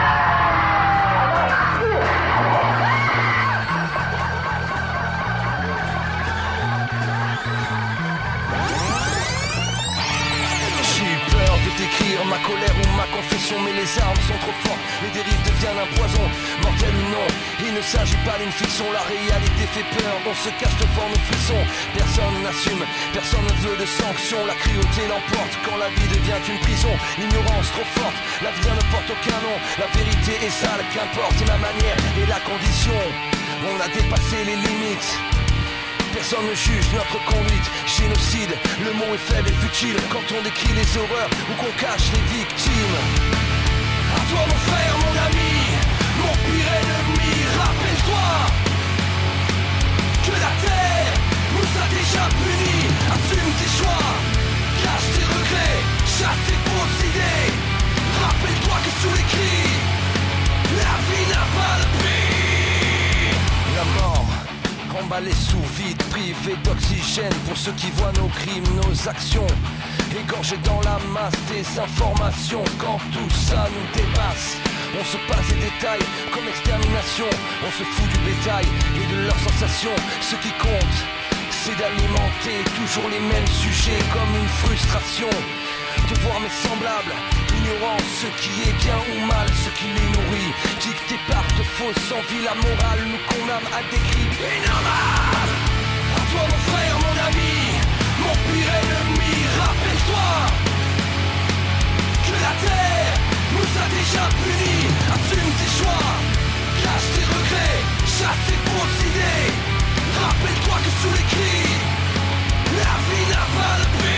D'écrire ma colère ou ma confession, mais les armes sont trop fortes, les dérives deviennent un poison, mortel ou non. Il ne s'agit pas d'une fiction, la réalité fait peur, on se cache devant nos frissons. Personne n'assume, personne ne veut de sanctions, la cruauté l'emporte quand la vie devient une prison. L'ignorance trop forte, l'avenir ne porte aucun nom, la vérité est sale, qu'importe la manière et la condition. On a dépassé les limites. Personne ne juge notre conduite, génocide, le mot est faible et futile quand on décrit les horreurs ou qu'on cache les victimes. À toi mon frère, mon ami, mon pire ennemi, rappelle-toi que la terre nous a déjà punis. Assume tes choix, cache tes regrets, chasse tes fausses idées. Rappelle-toi que sous les cris, la vie n'a pas de prix. La mort emballé sous vide, privé d'oxygène pour ceux qui voient nos crimes, nos actions, égorgés dans la masse des informations. Quand tout ça nous dépasse, on se passe des détails comme extermination. On se fout du bétail et de leurs sensations. Ce qui compte, c'est d'alimenter toujours les mêmes sujets comme une frustration. De voir mes semblables, ignorant ce qui est bien ou mal, ce qui les nourrit. Dicté par de fausses envies, la morale nous condamne à des crimes innommables. À toi mon frère, mon ami, mon pire ennemi, rappelle-toi que la terre nous a déjà punis. Assume tes choix, cache tes regrets, chasse tes fausses idées. Rappelle-toi que sous les cris, la vie n'a pas de prix.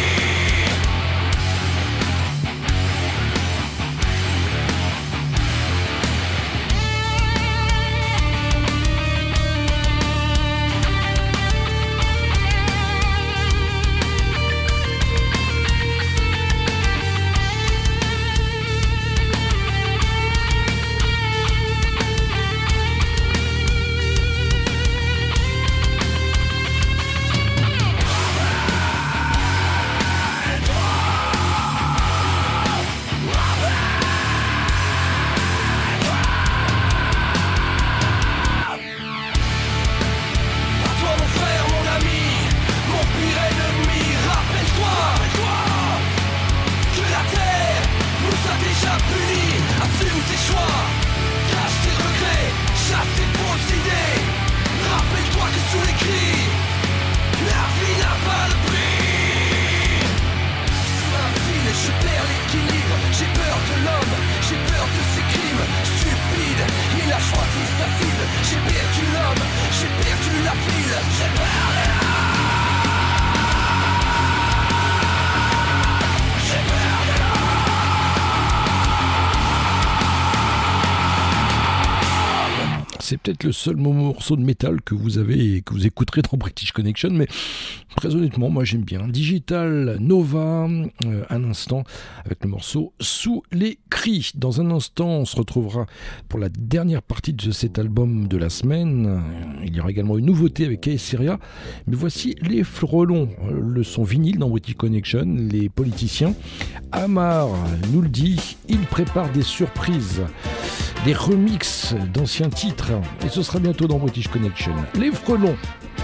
C'est peut-être le seul morceau de métal que vous avez et que vous écouterez dans British Connection, mais très honnêtement, moi j'aime bien. Digital Nova, euh, un instant, avec le morceau Sous les cris. Dans un instant, on se retrouvera pour la dernière partie de cet album de la semaine. Il y aura également une nouveauté avec Aestheria, mais voici les frelons, le son vinyle dans British Connection, les politiciens. Amar nous le dit, il prépare des surprises, des remixes d'anciens titres, et ce sera bientôt dans British Connection. Les frelons.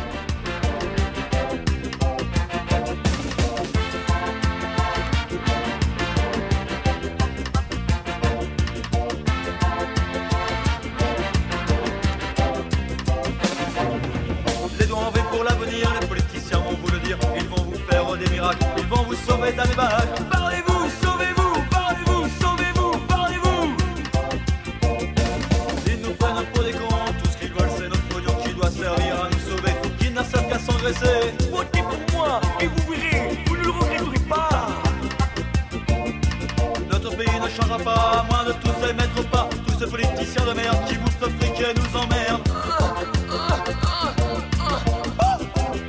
Les doigts en V pour l'avenir, les politiciens vont vous le dire, ils vont vous faire des miracles, ils vont vous sauver d'un débat. Parlez-vous, sauvez-vous, parlez-vous, sauvez-vous, parlez-vous. Ils nous prennent pour des cons, tout ce qu'ils veulent c'est notre pognon qui doit servir à nous sauver, qui n'a servi qu'à s'engraisser. Votez pour moi et vous verrez, vous ne le regretterez pas. Notre pays ne changera pas, à moins de tous les mettre pas, tous ces politiciens de merde qui bouffent le fric et nous emmerdent.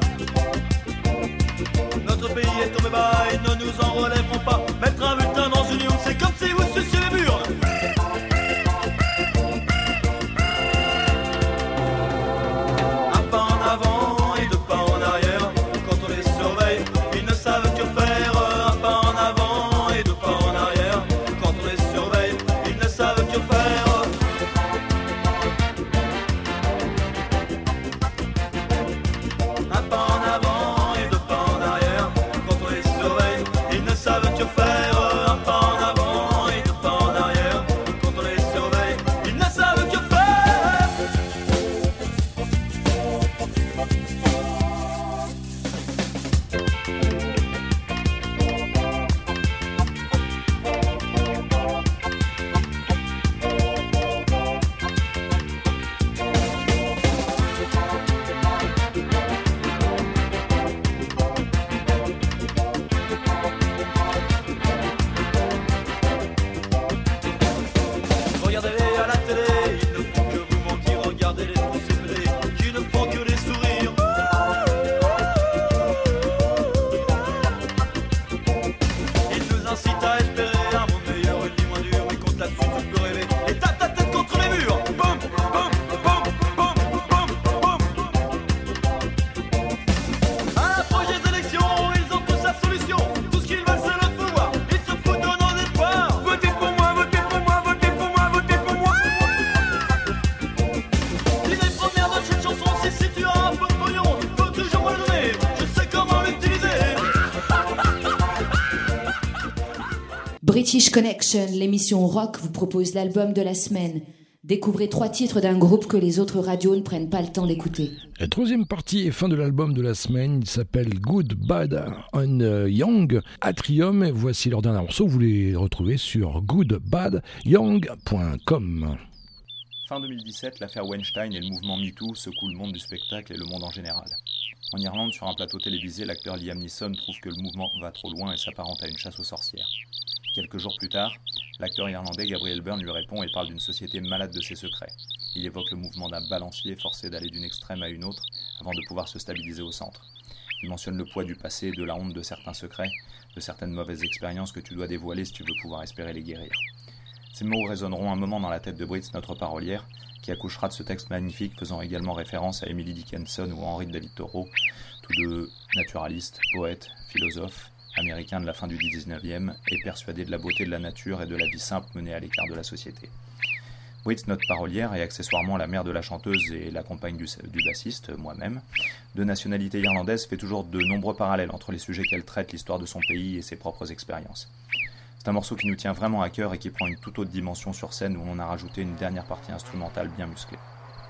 British Connection, l'émission rock vous propose l'album de la semaine. Découvrez trois titres d'un groupe que les autres radios ne prennent pas le temps d'écouter. La troisième partie est fin de l'album de la semaine. Il s'appelle Good, Bad and Young. Atrium, voici leur dernier morceau. Vous les retrouvez sur good bad young point com. Fin deux mille dix-sept, l'affaire Weinstein et le mouvement MeToo secouent le monde du spectacle et le monde en général. En Irlande, sur un plateau télévisé, l'acteur Liam Neeson trouve que le mouvement va trop loin et s'apparente à une chasse aux sorcières. Quelques jours plus tard, l'acteur irlandais Gabriel Byrne lui répond et parle d'une société malade de ses secrets. Il évoque le mouvement d'un balancier forcé d'aller d'une extrême à une autre avant de pouvoir se stabiliser au centre. Il mentionne le poids du passé, de la honte de certains secrets, de certaines mauvaises expériences que tu dois dévoiler si tu veux pouvoir espérer les guérir. Ces mots résonneront un moment dans la tête de Brit, notre parolière, qui accouchera de ce texte magnifique faisant également référence à Emily Dickinson ou Henry David Thoreau, tous deux naturalistes, poètes, philosophes, américains de la fin du dix-neuvième et persuadés de la beauté de la nature et de la vie simple menée à l'écart de la société. Brit, notre parolière, est accessoirement la mère de la chanteuse et la compagne du, du bassiste, moi-même. De nationalité irlandaise, fait toujours de nombreux parallèles entre les sujets qu'elle traite, l'histoire de son pays et ses propres expériences. C'est un morceau qui nous tient vraiment à cœur et qui prend une toute autre dimension sur scène où on a rajouté une dernière partie instrumentale bien musclée.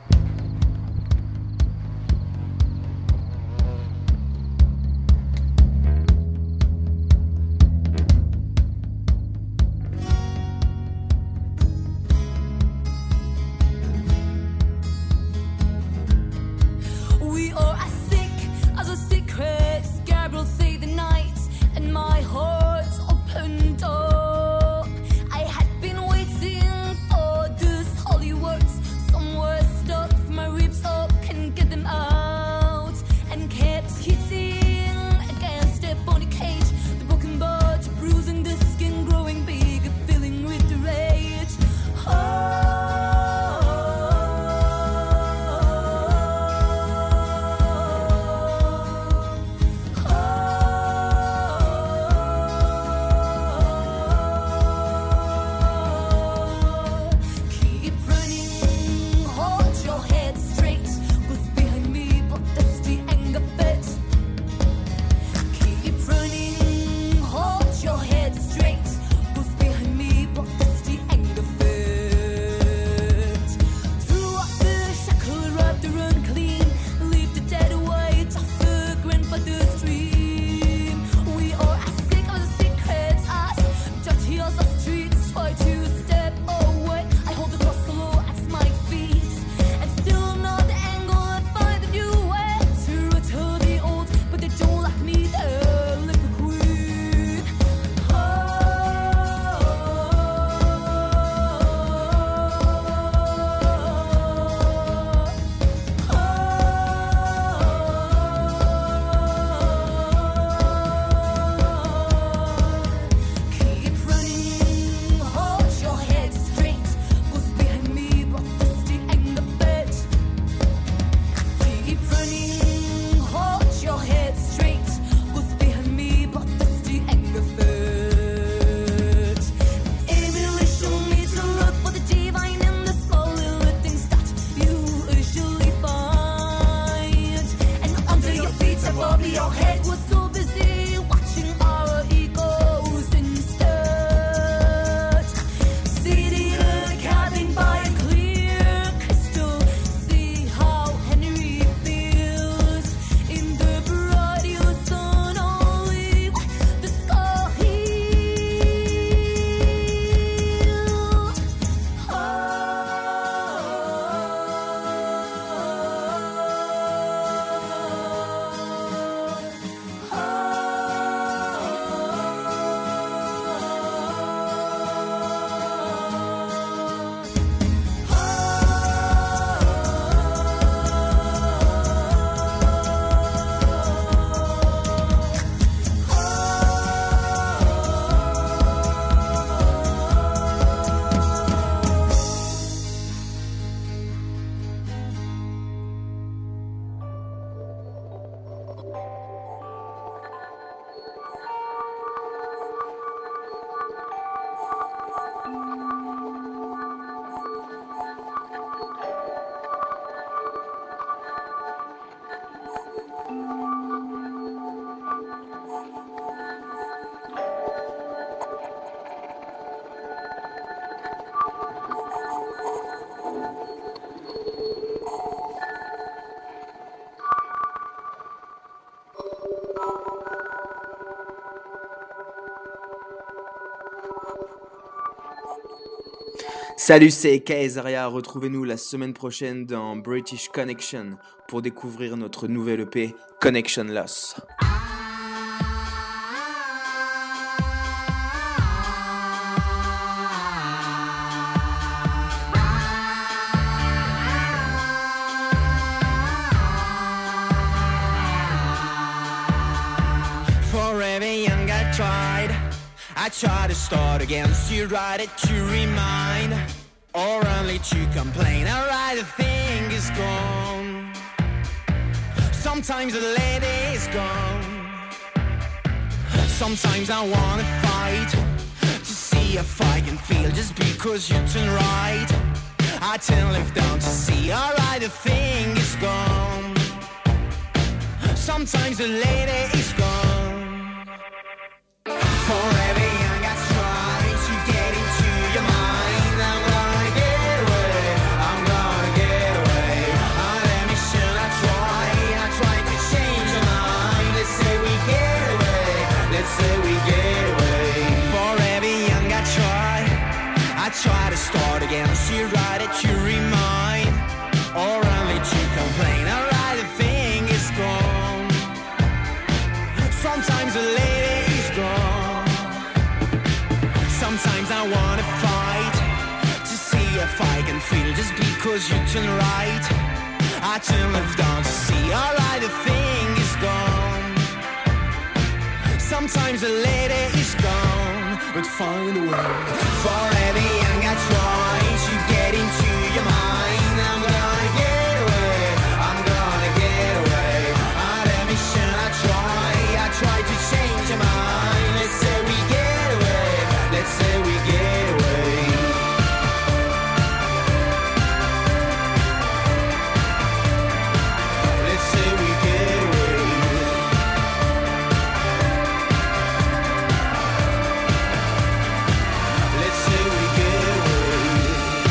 We are as sick as a secret. Gabriel say the night, and my heart's opened up. I had been waiting for this holy words. Somewhere stuck, my ribs up, can't get them out, and kept hitting against the bony cage. The broken bud, bruising the skin, growing big, filling with the rage. Oh. Salut, c'est Kaisaria. Retrouvez-nous la semaine prochaine dans British Connection pour découvrir notre nouvelle E P Connection Loss. Forever young I tried I try to start again, so you write it to remind, or only to complain. I write a thing is gone. Sometimes the lady is gone. Sometimes I wanna fight to see if I can feel. Just because you turn right, I turn left down to see. I write a thing is gone. Sometimes the lady is gone. Forever young I try to get into your mind. I'm gonna get away, I'm gonna get away. On a mission I try, I try to change your mind. Let's say we get away, let's say we get away. Forever young I try, I try to start again. So you write it to remind, or only to complain. I write a thing is gone. Sometimes the lady is gone. Sometimes I wanna fight to see if I can feel. Just because you turn right, I turn left down to see. Alright, the thing is gone. Sometimes the lady is gone, but find a way. Forever young I try to get into your mind. I'm gonna get away, I'm gonna get away. On a mission I try, I try to change your mind. Let's say we get away, let's say we get away. Let's say we get away. Let's say we get away.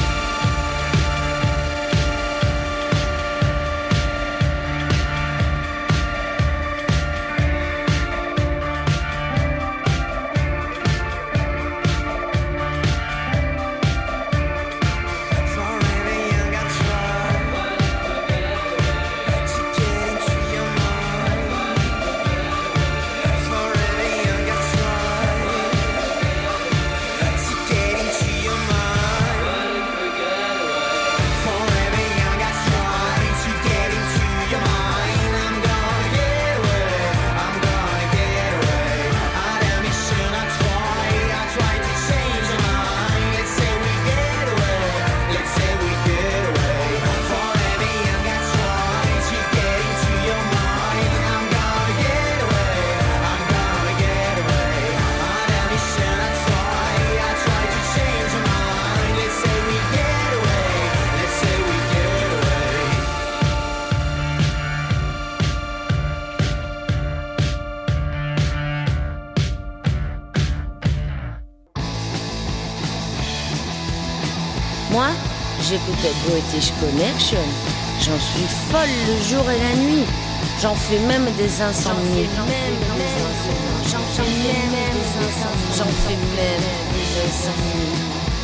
Moi, j'écoutais British Connection. J'en suis folle le jour et la nuit. J'en fais même des insomnies. J'en fais même des insomnies. J'en fais même des insomnies.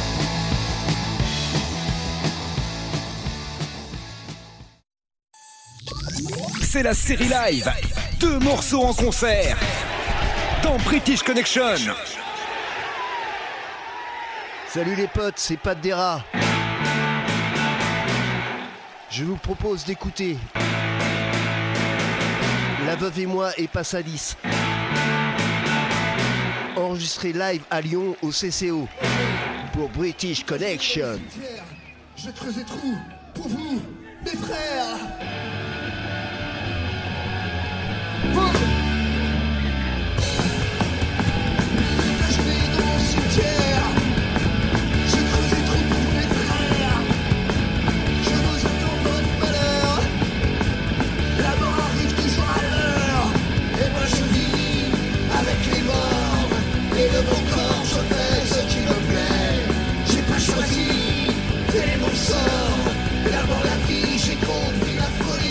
C'est la série live. Deux morceaux en concert dans British Connection. Salut les potes, c'est Pat Dera. Je vous propose d'écouter La Veuve et moi et Passadis, enregistré live à Lyon au C C O pour British Connection. Je creuse des trous pour vous, mes frères. Je vais dans mon cimetière. Je creuse des trous pour mes frères. Je vous attends votre malheur. La mort arrive toujours à l'heure. Et moi je vis avec les morts. Et de mon corps je fais ce qui me plaît. J'ai pas choisi, tel est mon sort. D'abord la vie, j'ai compris la folie.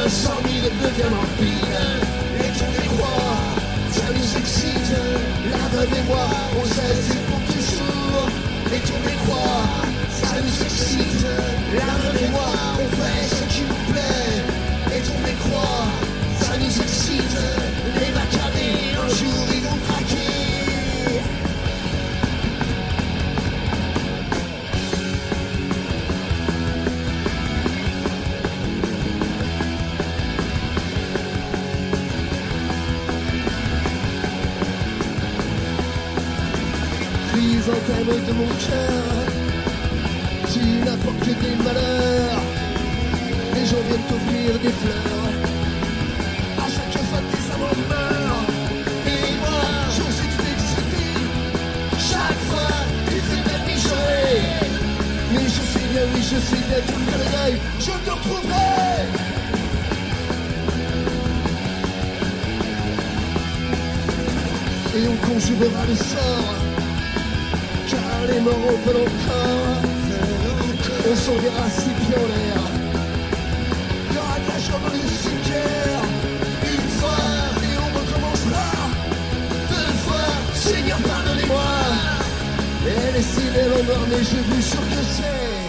cent mille neuvième empire. Et tous les rois, ça nous excite. La veuve et moi, on sait c'est pour toujours. Et tous les rois, ça nous excite. La veuve et moi, on fait ce qui nous plaît. Et tous les croix, ça nous excite. Les macarés, un jour ils vont craquer. Chrysanthème de mon cœur, tu n'apportes que des malheurs. Les gens viennent t'offrir des fleurs à chaque fois que tes amants meurent. Et moi, je sais tout exciter. Chaque fois, tu fais de mijoter. Mais je sais bien, oui, je sais bien, tout le deuil, je te retrouverai. Et on conjurera le sort, car les morts en veulent encore. On s'enverra si bien en l'air. Il y aura de la joie dans le cimetière. Une fois, et on recommencera. Deux fois, Seigneur, pardonnez-moi. Et laissez-les en mort, mais je vous jure que c'est.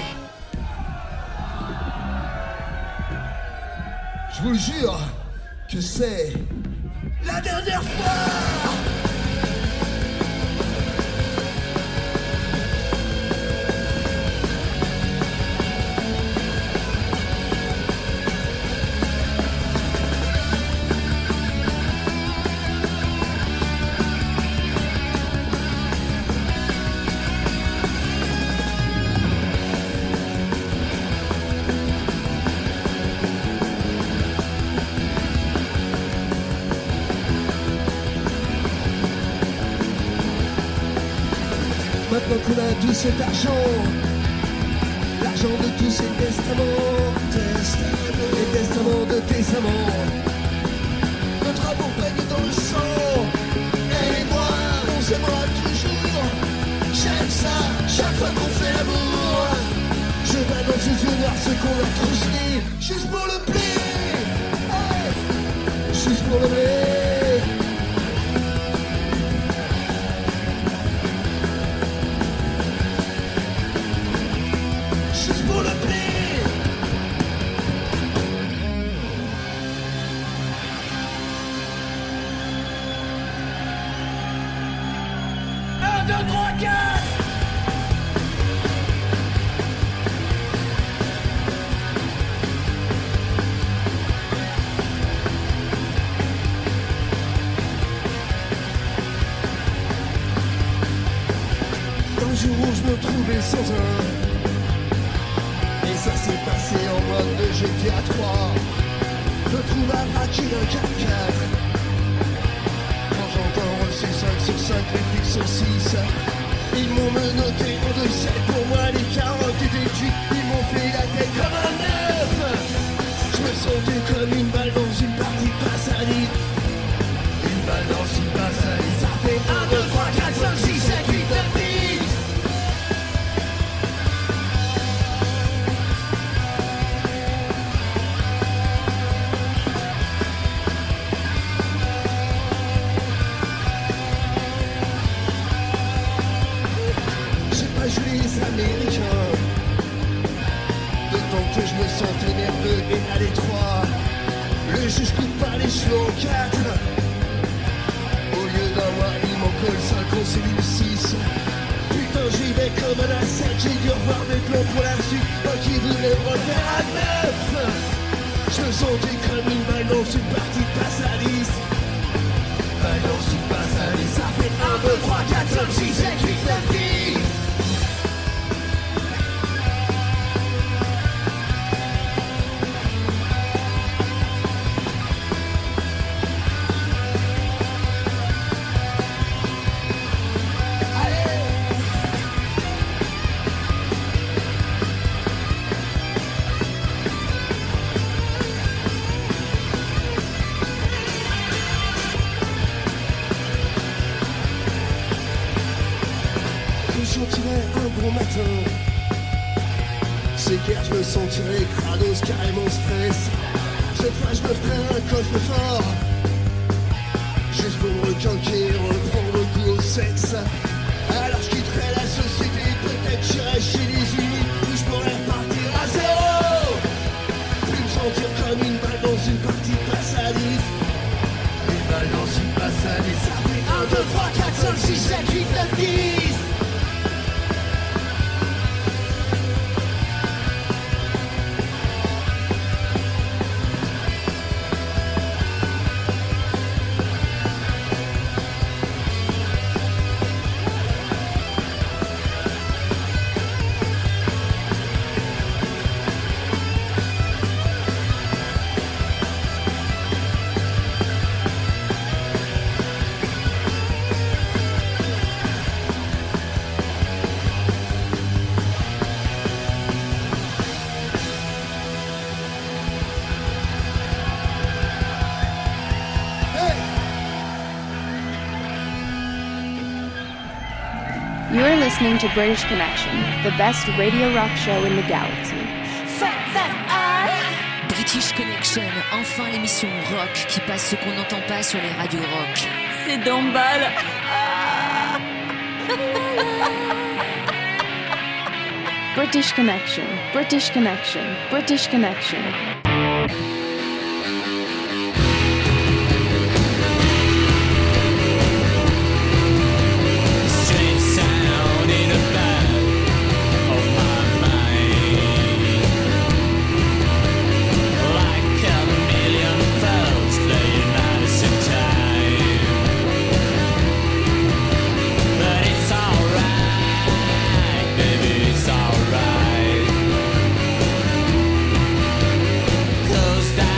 Je vous le jure que c'est la dernière fois. Maintenant qu'on a tout cet argent, l'argent de tous ces testaments, testaments, les testaments de tes amants, notre amour baigne dans le sang. Elle et moi, on s'aimera toujours. J'aime ça, chaque fois qu'on fait l'amour. Je vais dans ses yeux noirs ce qu'on a transmis, juste pour le blé, hey, juste pour le blé. Sans un. Et ça s'est passé en mode de G T A trois. Je trouve à braquer un quatre quatre. Quand j'entends reçu cinq sur cinq, les flics sur six. Ils m'ont menotté en deux sept. Pour moi les carottes étaient cuites. Ils m'ont fait la tête comme un neuf. Je me sentais comme une balle dans une partie de passadite. Une balle dans une passadite. Ça fait un, deux, trois, quatre, cinq, six, sept, huit, neuf, dix. Américain, d'autant que je me sentais nerveux et à l'étroit. Le juge coupe pas les cheveux en quatre. Au lieu d'un mois, il m'en colle cinq en cellule six. Putain, j'y vais comme un asset. J'ai dû revoir mes plans pour la suite. Moi qui voulais me refaire à neuf. Je me sentais comme une balle dans une partie de passadis. Balle dans une passadis. Ça fait un, deux, trois, quatre, cinq, six, sept, huit, neuf, dix. C'est clair, je me sentirais crados, carrément stress. Cette fois je me ferai un coffre fort, juste pour me requinquer, reprendre goût au sexe. Alors je quitterai la société, peut-être j'irai chez les unis, où je pourrais repartir à zéro. Plus me sentir comme une balle dans une partie de passe à dix. Une balle dans une passe à dix. Ça fait un, deux, trois, quatre, cinq, six, sept, huit, neuf, dix. You're listening to British Connection, the best radio rock show in the galaxy. British Connection, enfin l'émission rock qui passe ce qu'on n'entend pas sur les radios rock. C'est Dombal. British Connection, British Connection, British Connection. Close down.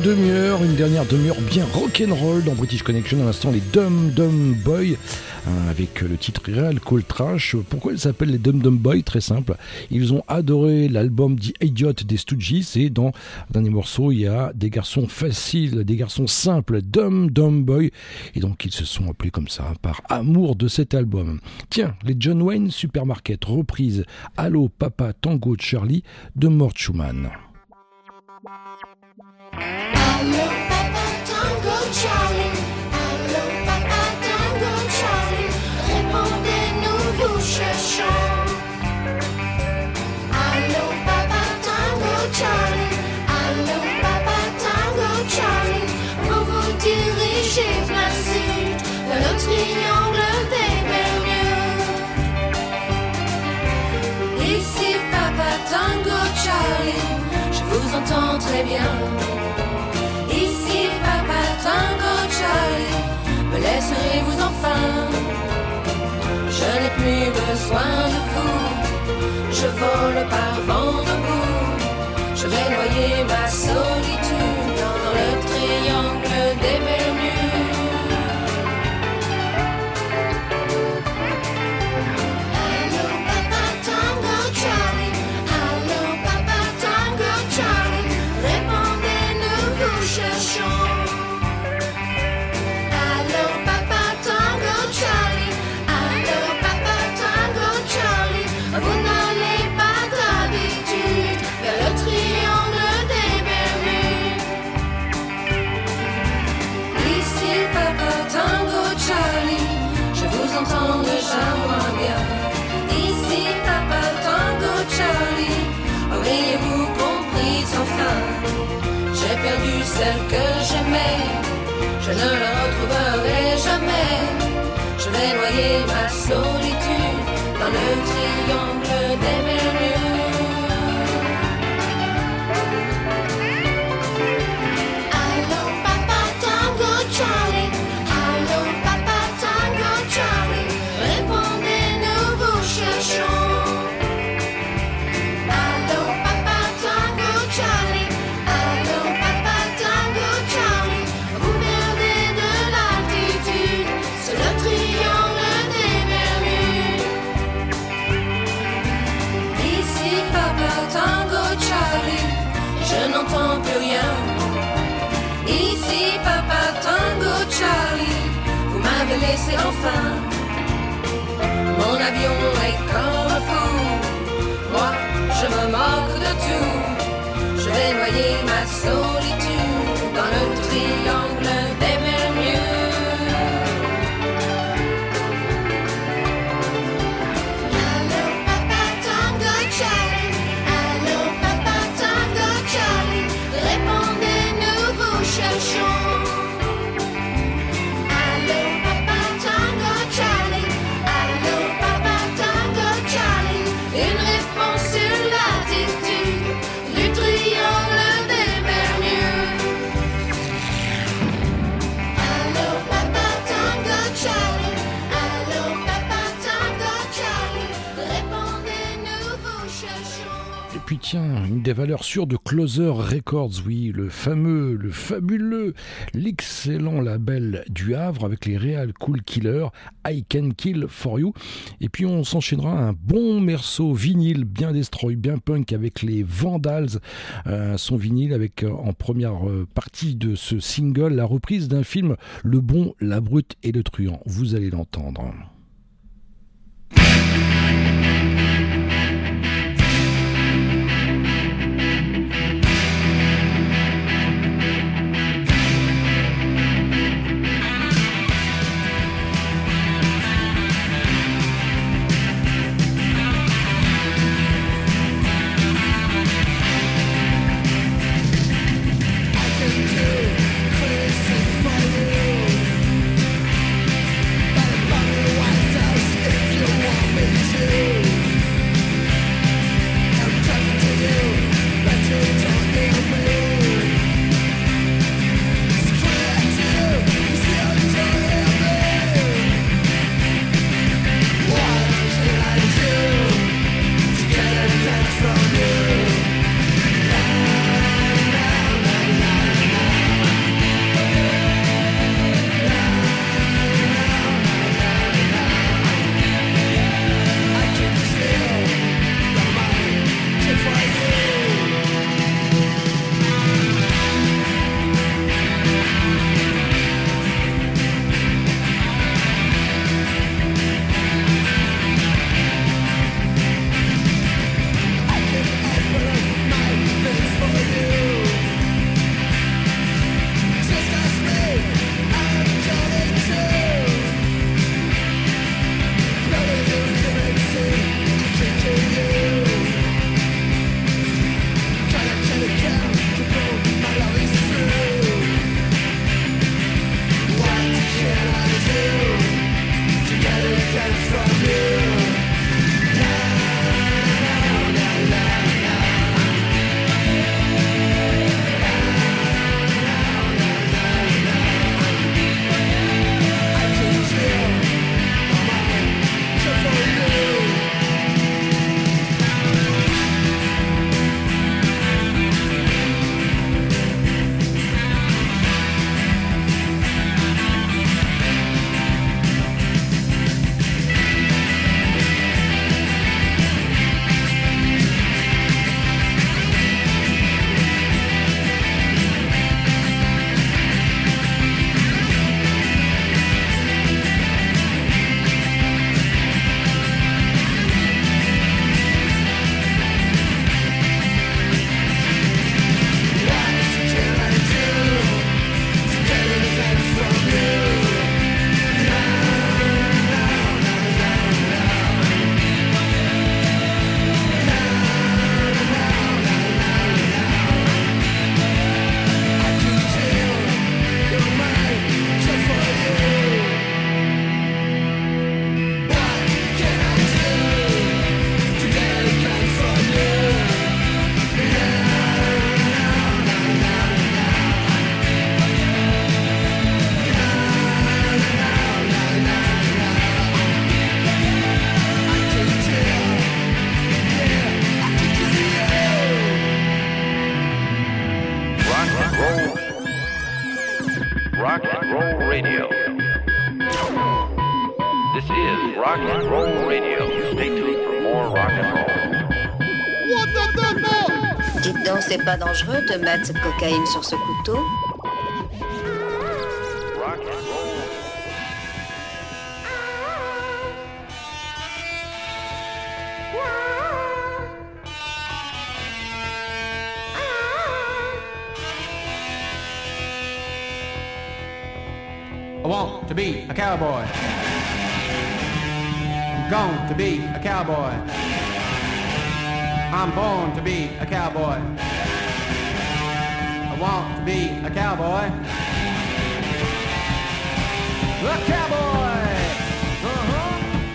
demi-heure, une dernière demi-heure bien rock'n'roll dans British Connection. À l'instant, les Dum Dum Boys, hein, avec le titre Real Cool Trash. Pourquoi ils s'appellent les Dum Dum Boys? Très simple. Ils ont adoré l'album The Idiot des Stooges, et dans le dernier morceau, il y a des garçons faciles, des garçons simples, Dum Dum Boys. Et donc, ils se sont appelés comme ça, par amour de cet album. Tiens, les John Wayne Supermarket, reprise Allo Papa Tango Charlie de Mort Schumann. Allo Papa Tango Charlie, Allo Papa Tango Charlie, répondez-nous, vous cherchons. Allo Papa Tango Charlie, Allo Papa Tango Charlie, pour vous diriger plein sud vers le triangle des Bermudes. Ici Papa Tango Charlie, je vous entends très bien. Ici Papa Tango Charlie, me laisserez-vous enfin? Je n'ai plus besoin de vous, je vole par vent debout. Je vais noyer ma solitude dans le triangle des Bermudes. Allo Papa Tango Charlie, Allo Papa Tango Charlie, répondez-nous, vous cherchons. Allo Papa Tango Charlie, Allo Papa Tango Charlie, vous n'allez pas d'habitude vers le triangle des Bermudes. Ici Papa Tango Charlie, je vous entends déjà moins bien. Ici Papa Tango Charlie, auriez-vous compris enfin? J'ai perdu celle que j'aimais, je ne la retrouverai jamais. Je vais noyer ma solitude dans le triangle des Bermudes. Allo Papa Tango Charlie, Allo Papa Tango Charlie, répondez-nous, vous cherchons. Allo Papa Tango Charlie, Allo Papa Tango Charlie, vous perdez de l'altitude sur le triangle des Bermudes. Ici Papa Tango Charlie, je n'entends plus rien. Ici Papa Tango Charlie, vous m'avez laissé enfin. Mon avion est comme un fou, moi je me moque de tout. Je vais noyer ma solitude dans le triangle des Bermudes. Allo Papa Tango Charlie, Allo Papa Tango Charlie, répondez-nous, vous cherchons. Allo Papa Tango Charlie, Allo Papa Tango Charlie, une réponse sur l'attitude du triangle des Bermudes. Allo Papa Tango Charlie, Allo Papa Tango Charlie, répondez-nous, vous cherchons. Et puis tiens, une des valeurs sûres de Closer Records, oui, le fameux, le fabuleux, l'excellent label du Havre avec les Real Cool Killers, I Can Kill For You. Et puis on s'enchaînera un bon morceau vinyle bien destroy, bien punk avec les Vandals, euh, son vinyle avec euh, en première euh, partie de ce single la reprise d'un film Le Bon, la Brute et le Truand. Vous allez l'entendre. But a bundle of white Rock and Roll Radio. This is Rock and Roll Radio. Stay tuned for more rock and roll. What the fuck? Dites donc, c'est pas dangereux de mettre cette cocaïne sur ce couteau? Rock and roll. I want to be a cowboy. I'm going to be a cowboy. I'm born to be a cowboy. I want to be a cowboy. A cowboy! Uh-huh.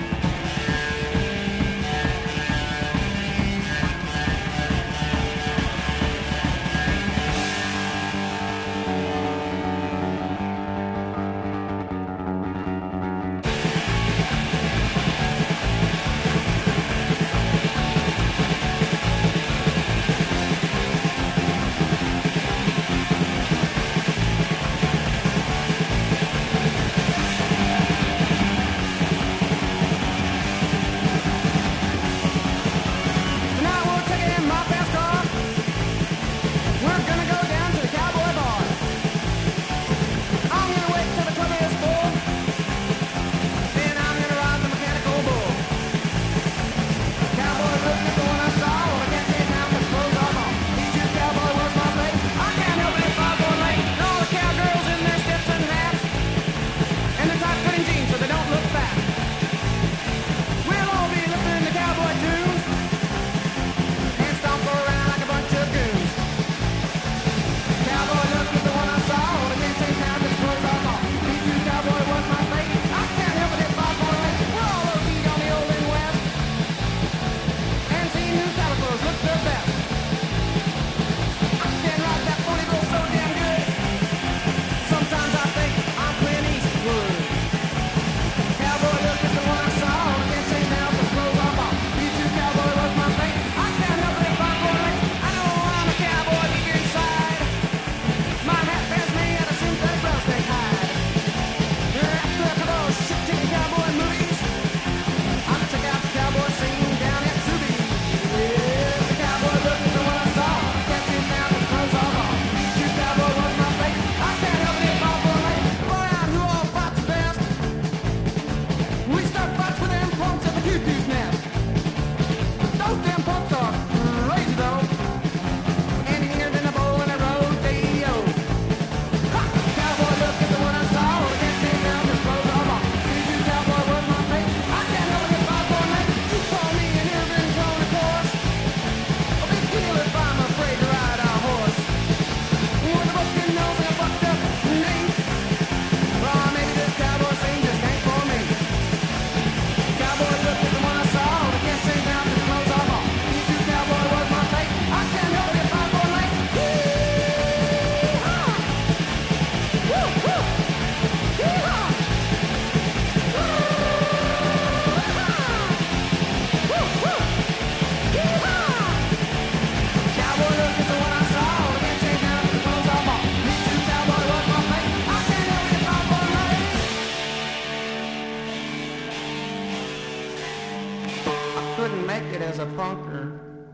Couldn't make it as a punker.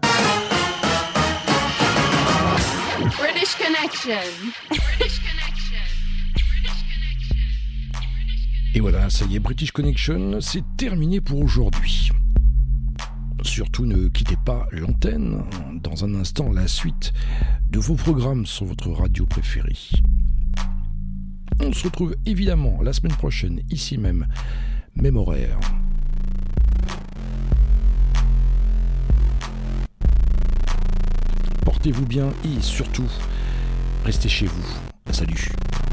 British Connection. Et voilà, ça y est, British Connection, c'est terminé pour aujourd'hui. Surtout ne quittez pas l'antenne. Dans un instant, la suite de vos programmes sur votre radio préférée. On se retrouve évidemment la semaine prochaine, ici même, même horaire. Portez-vous bien et surtout, restez chez vous. Salut.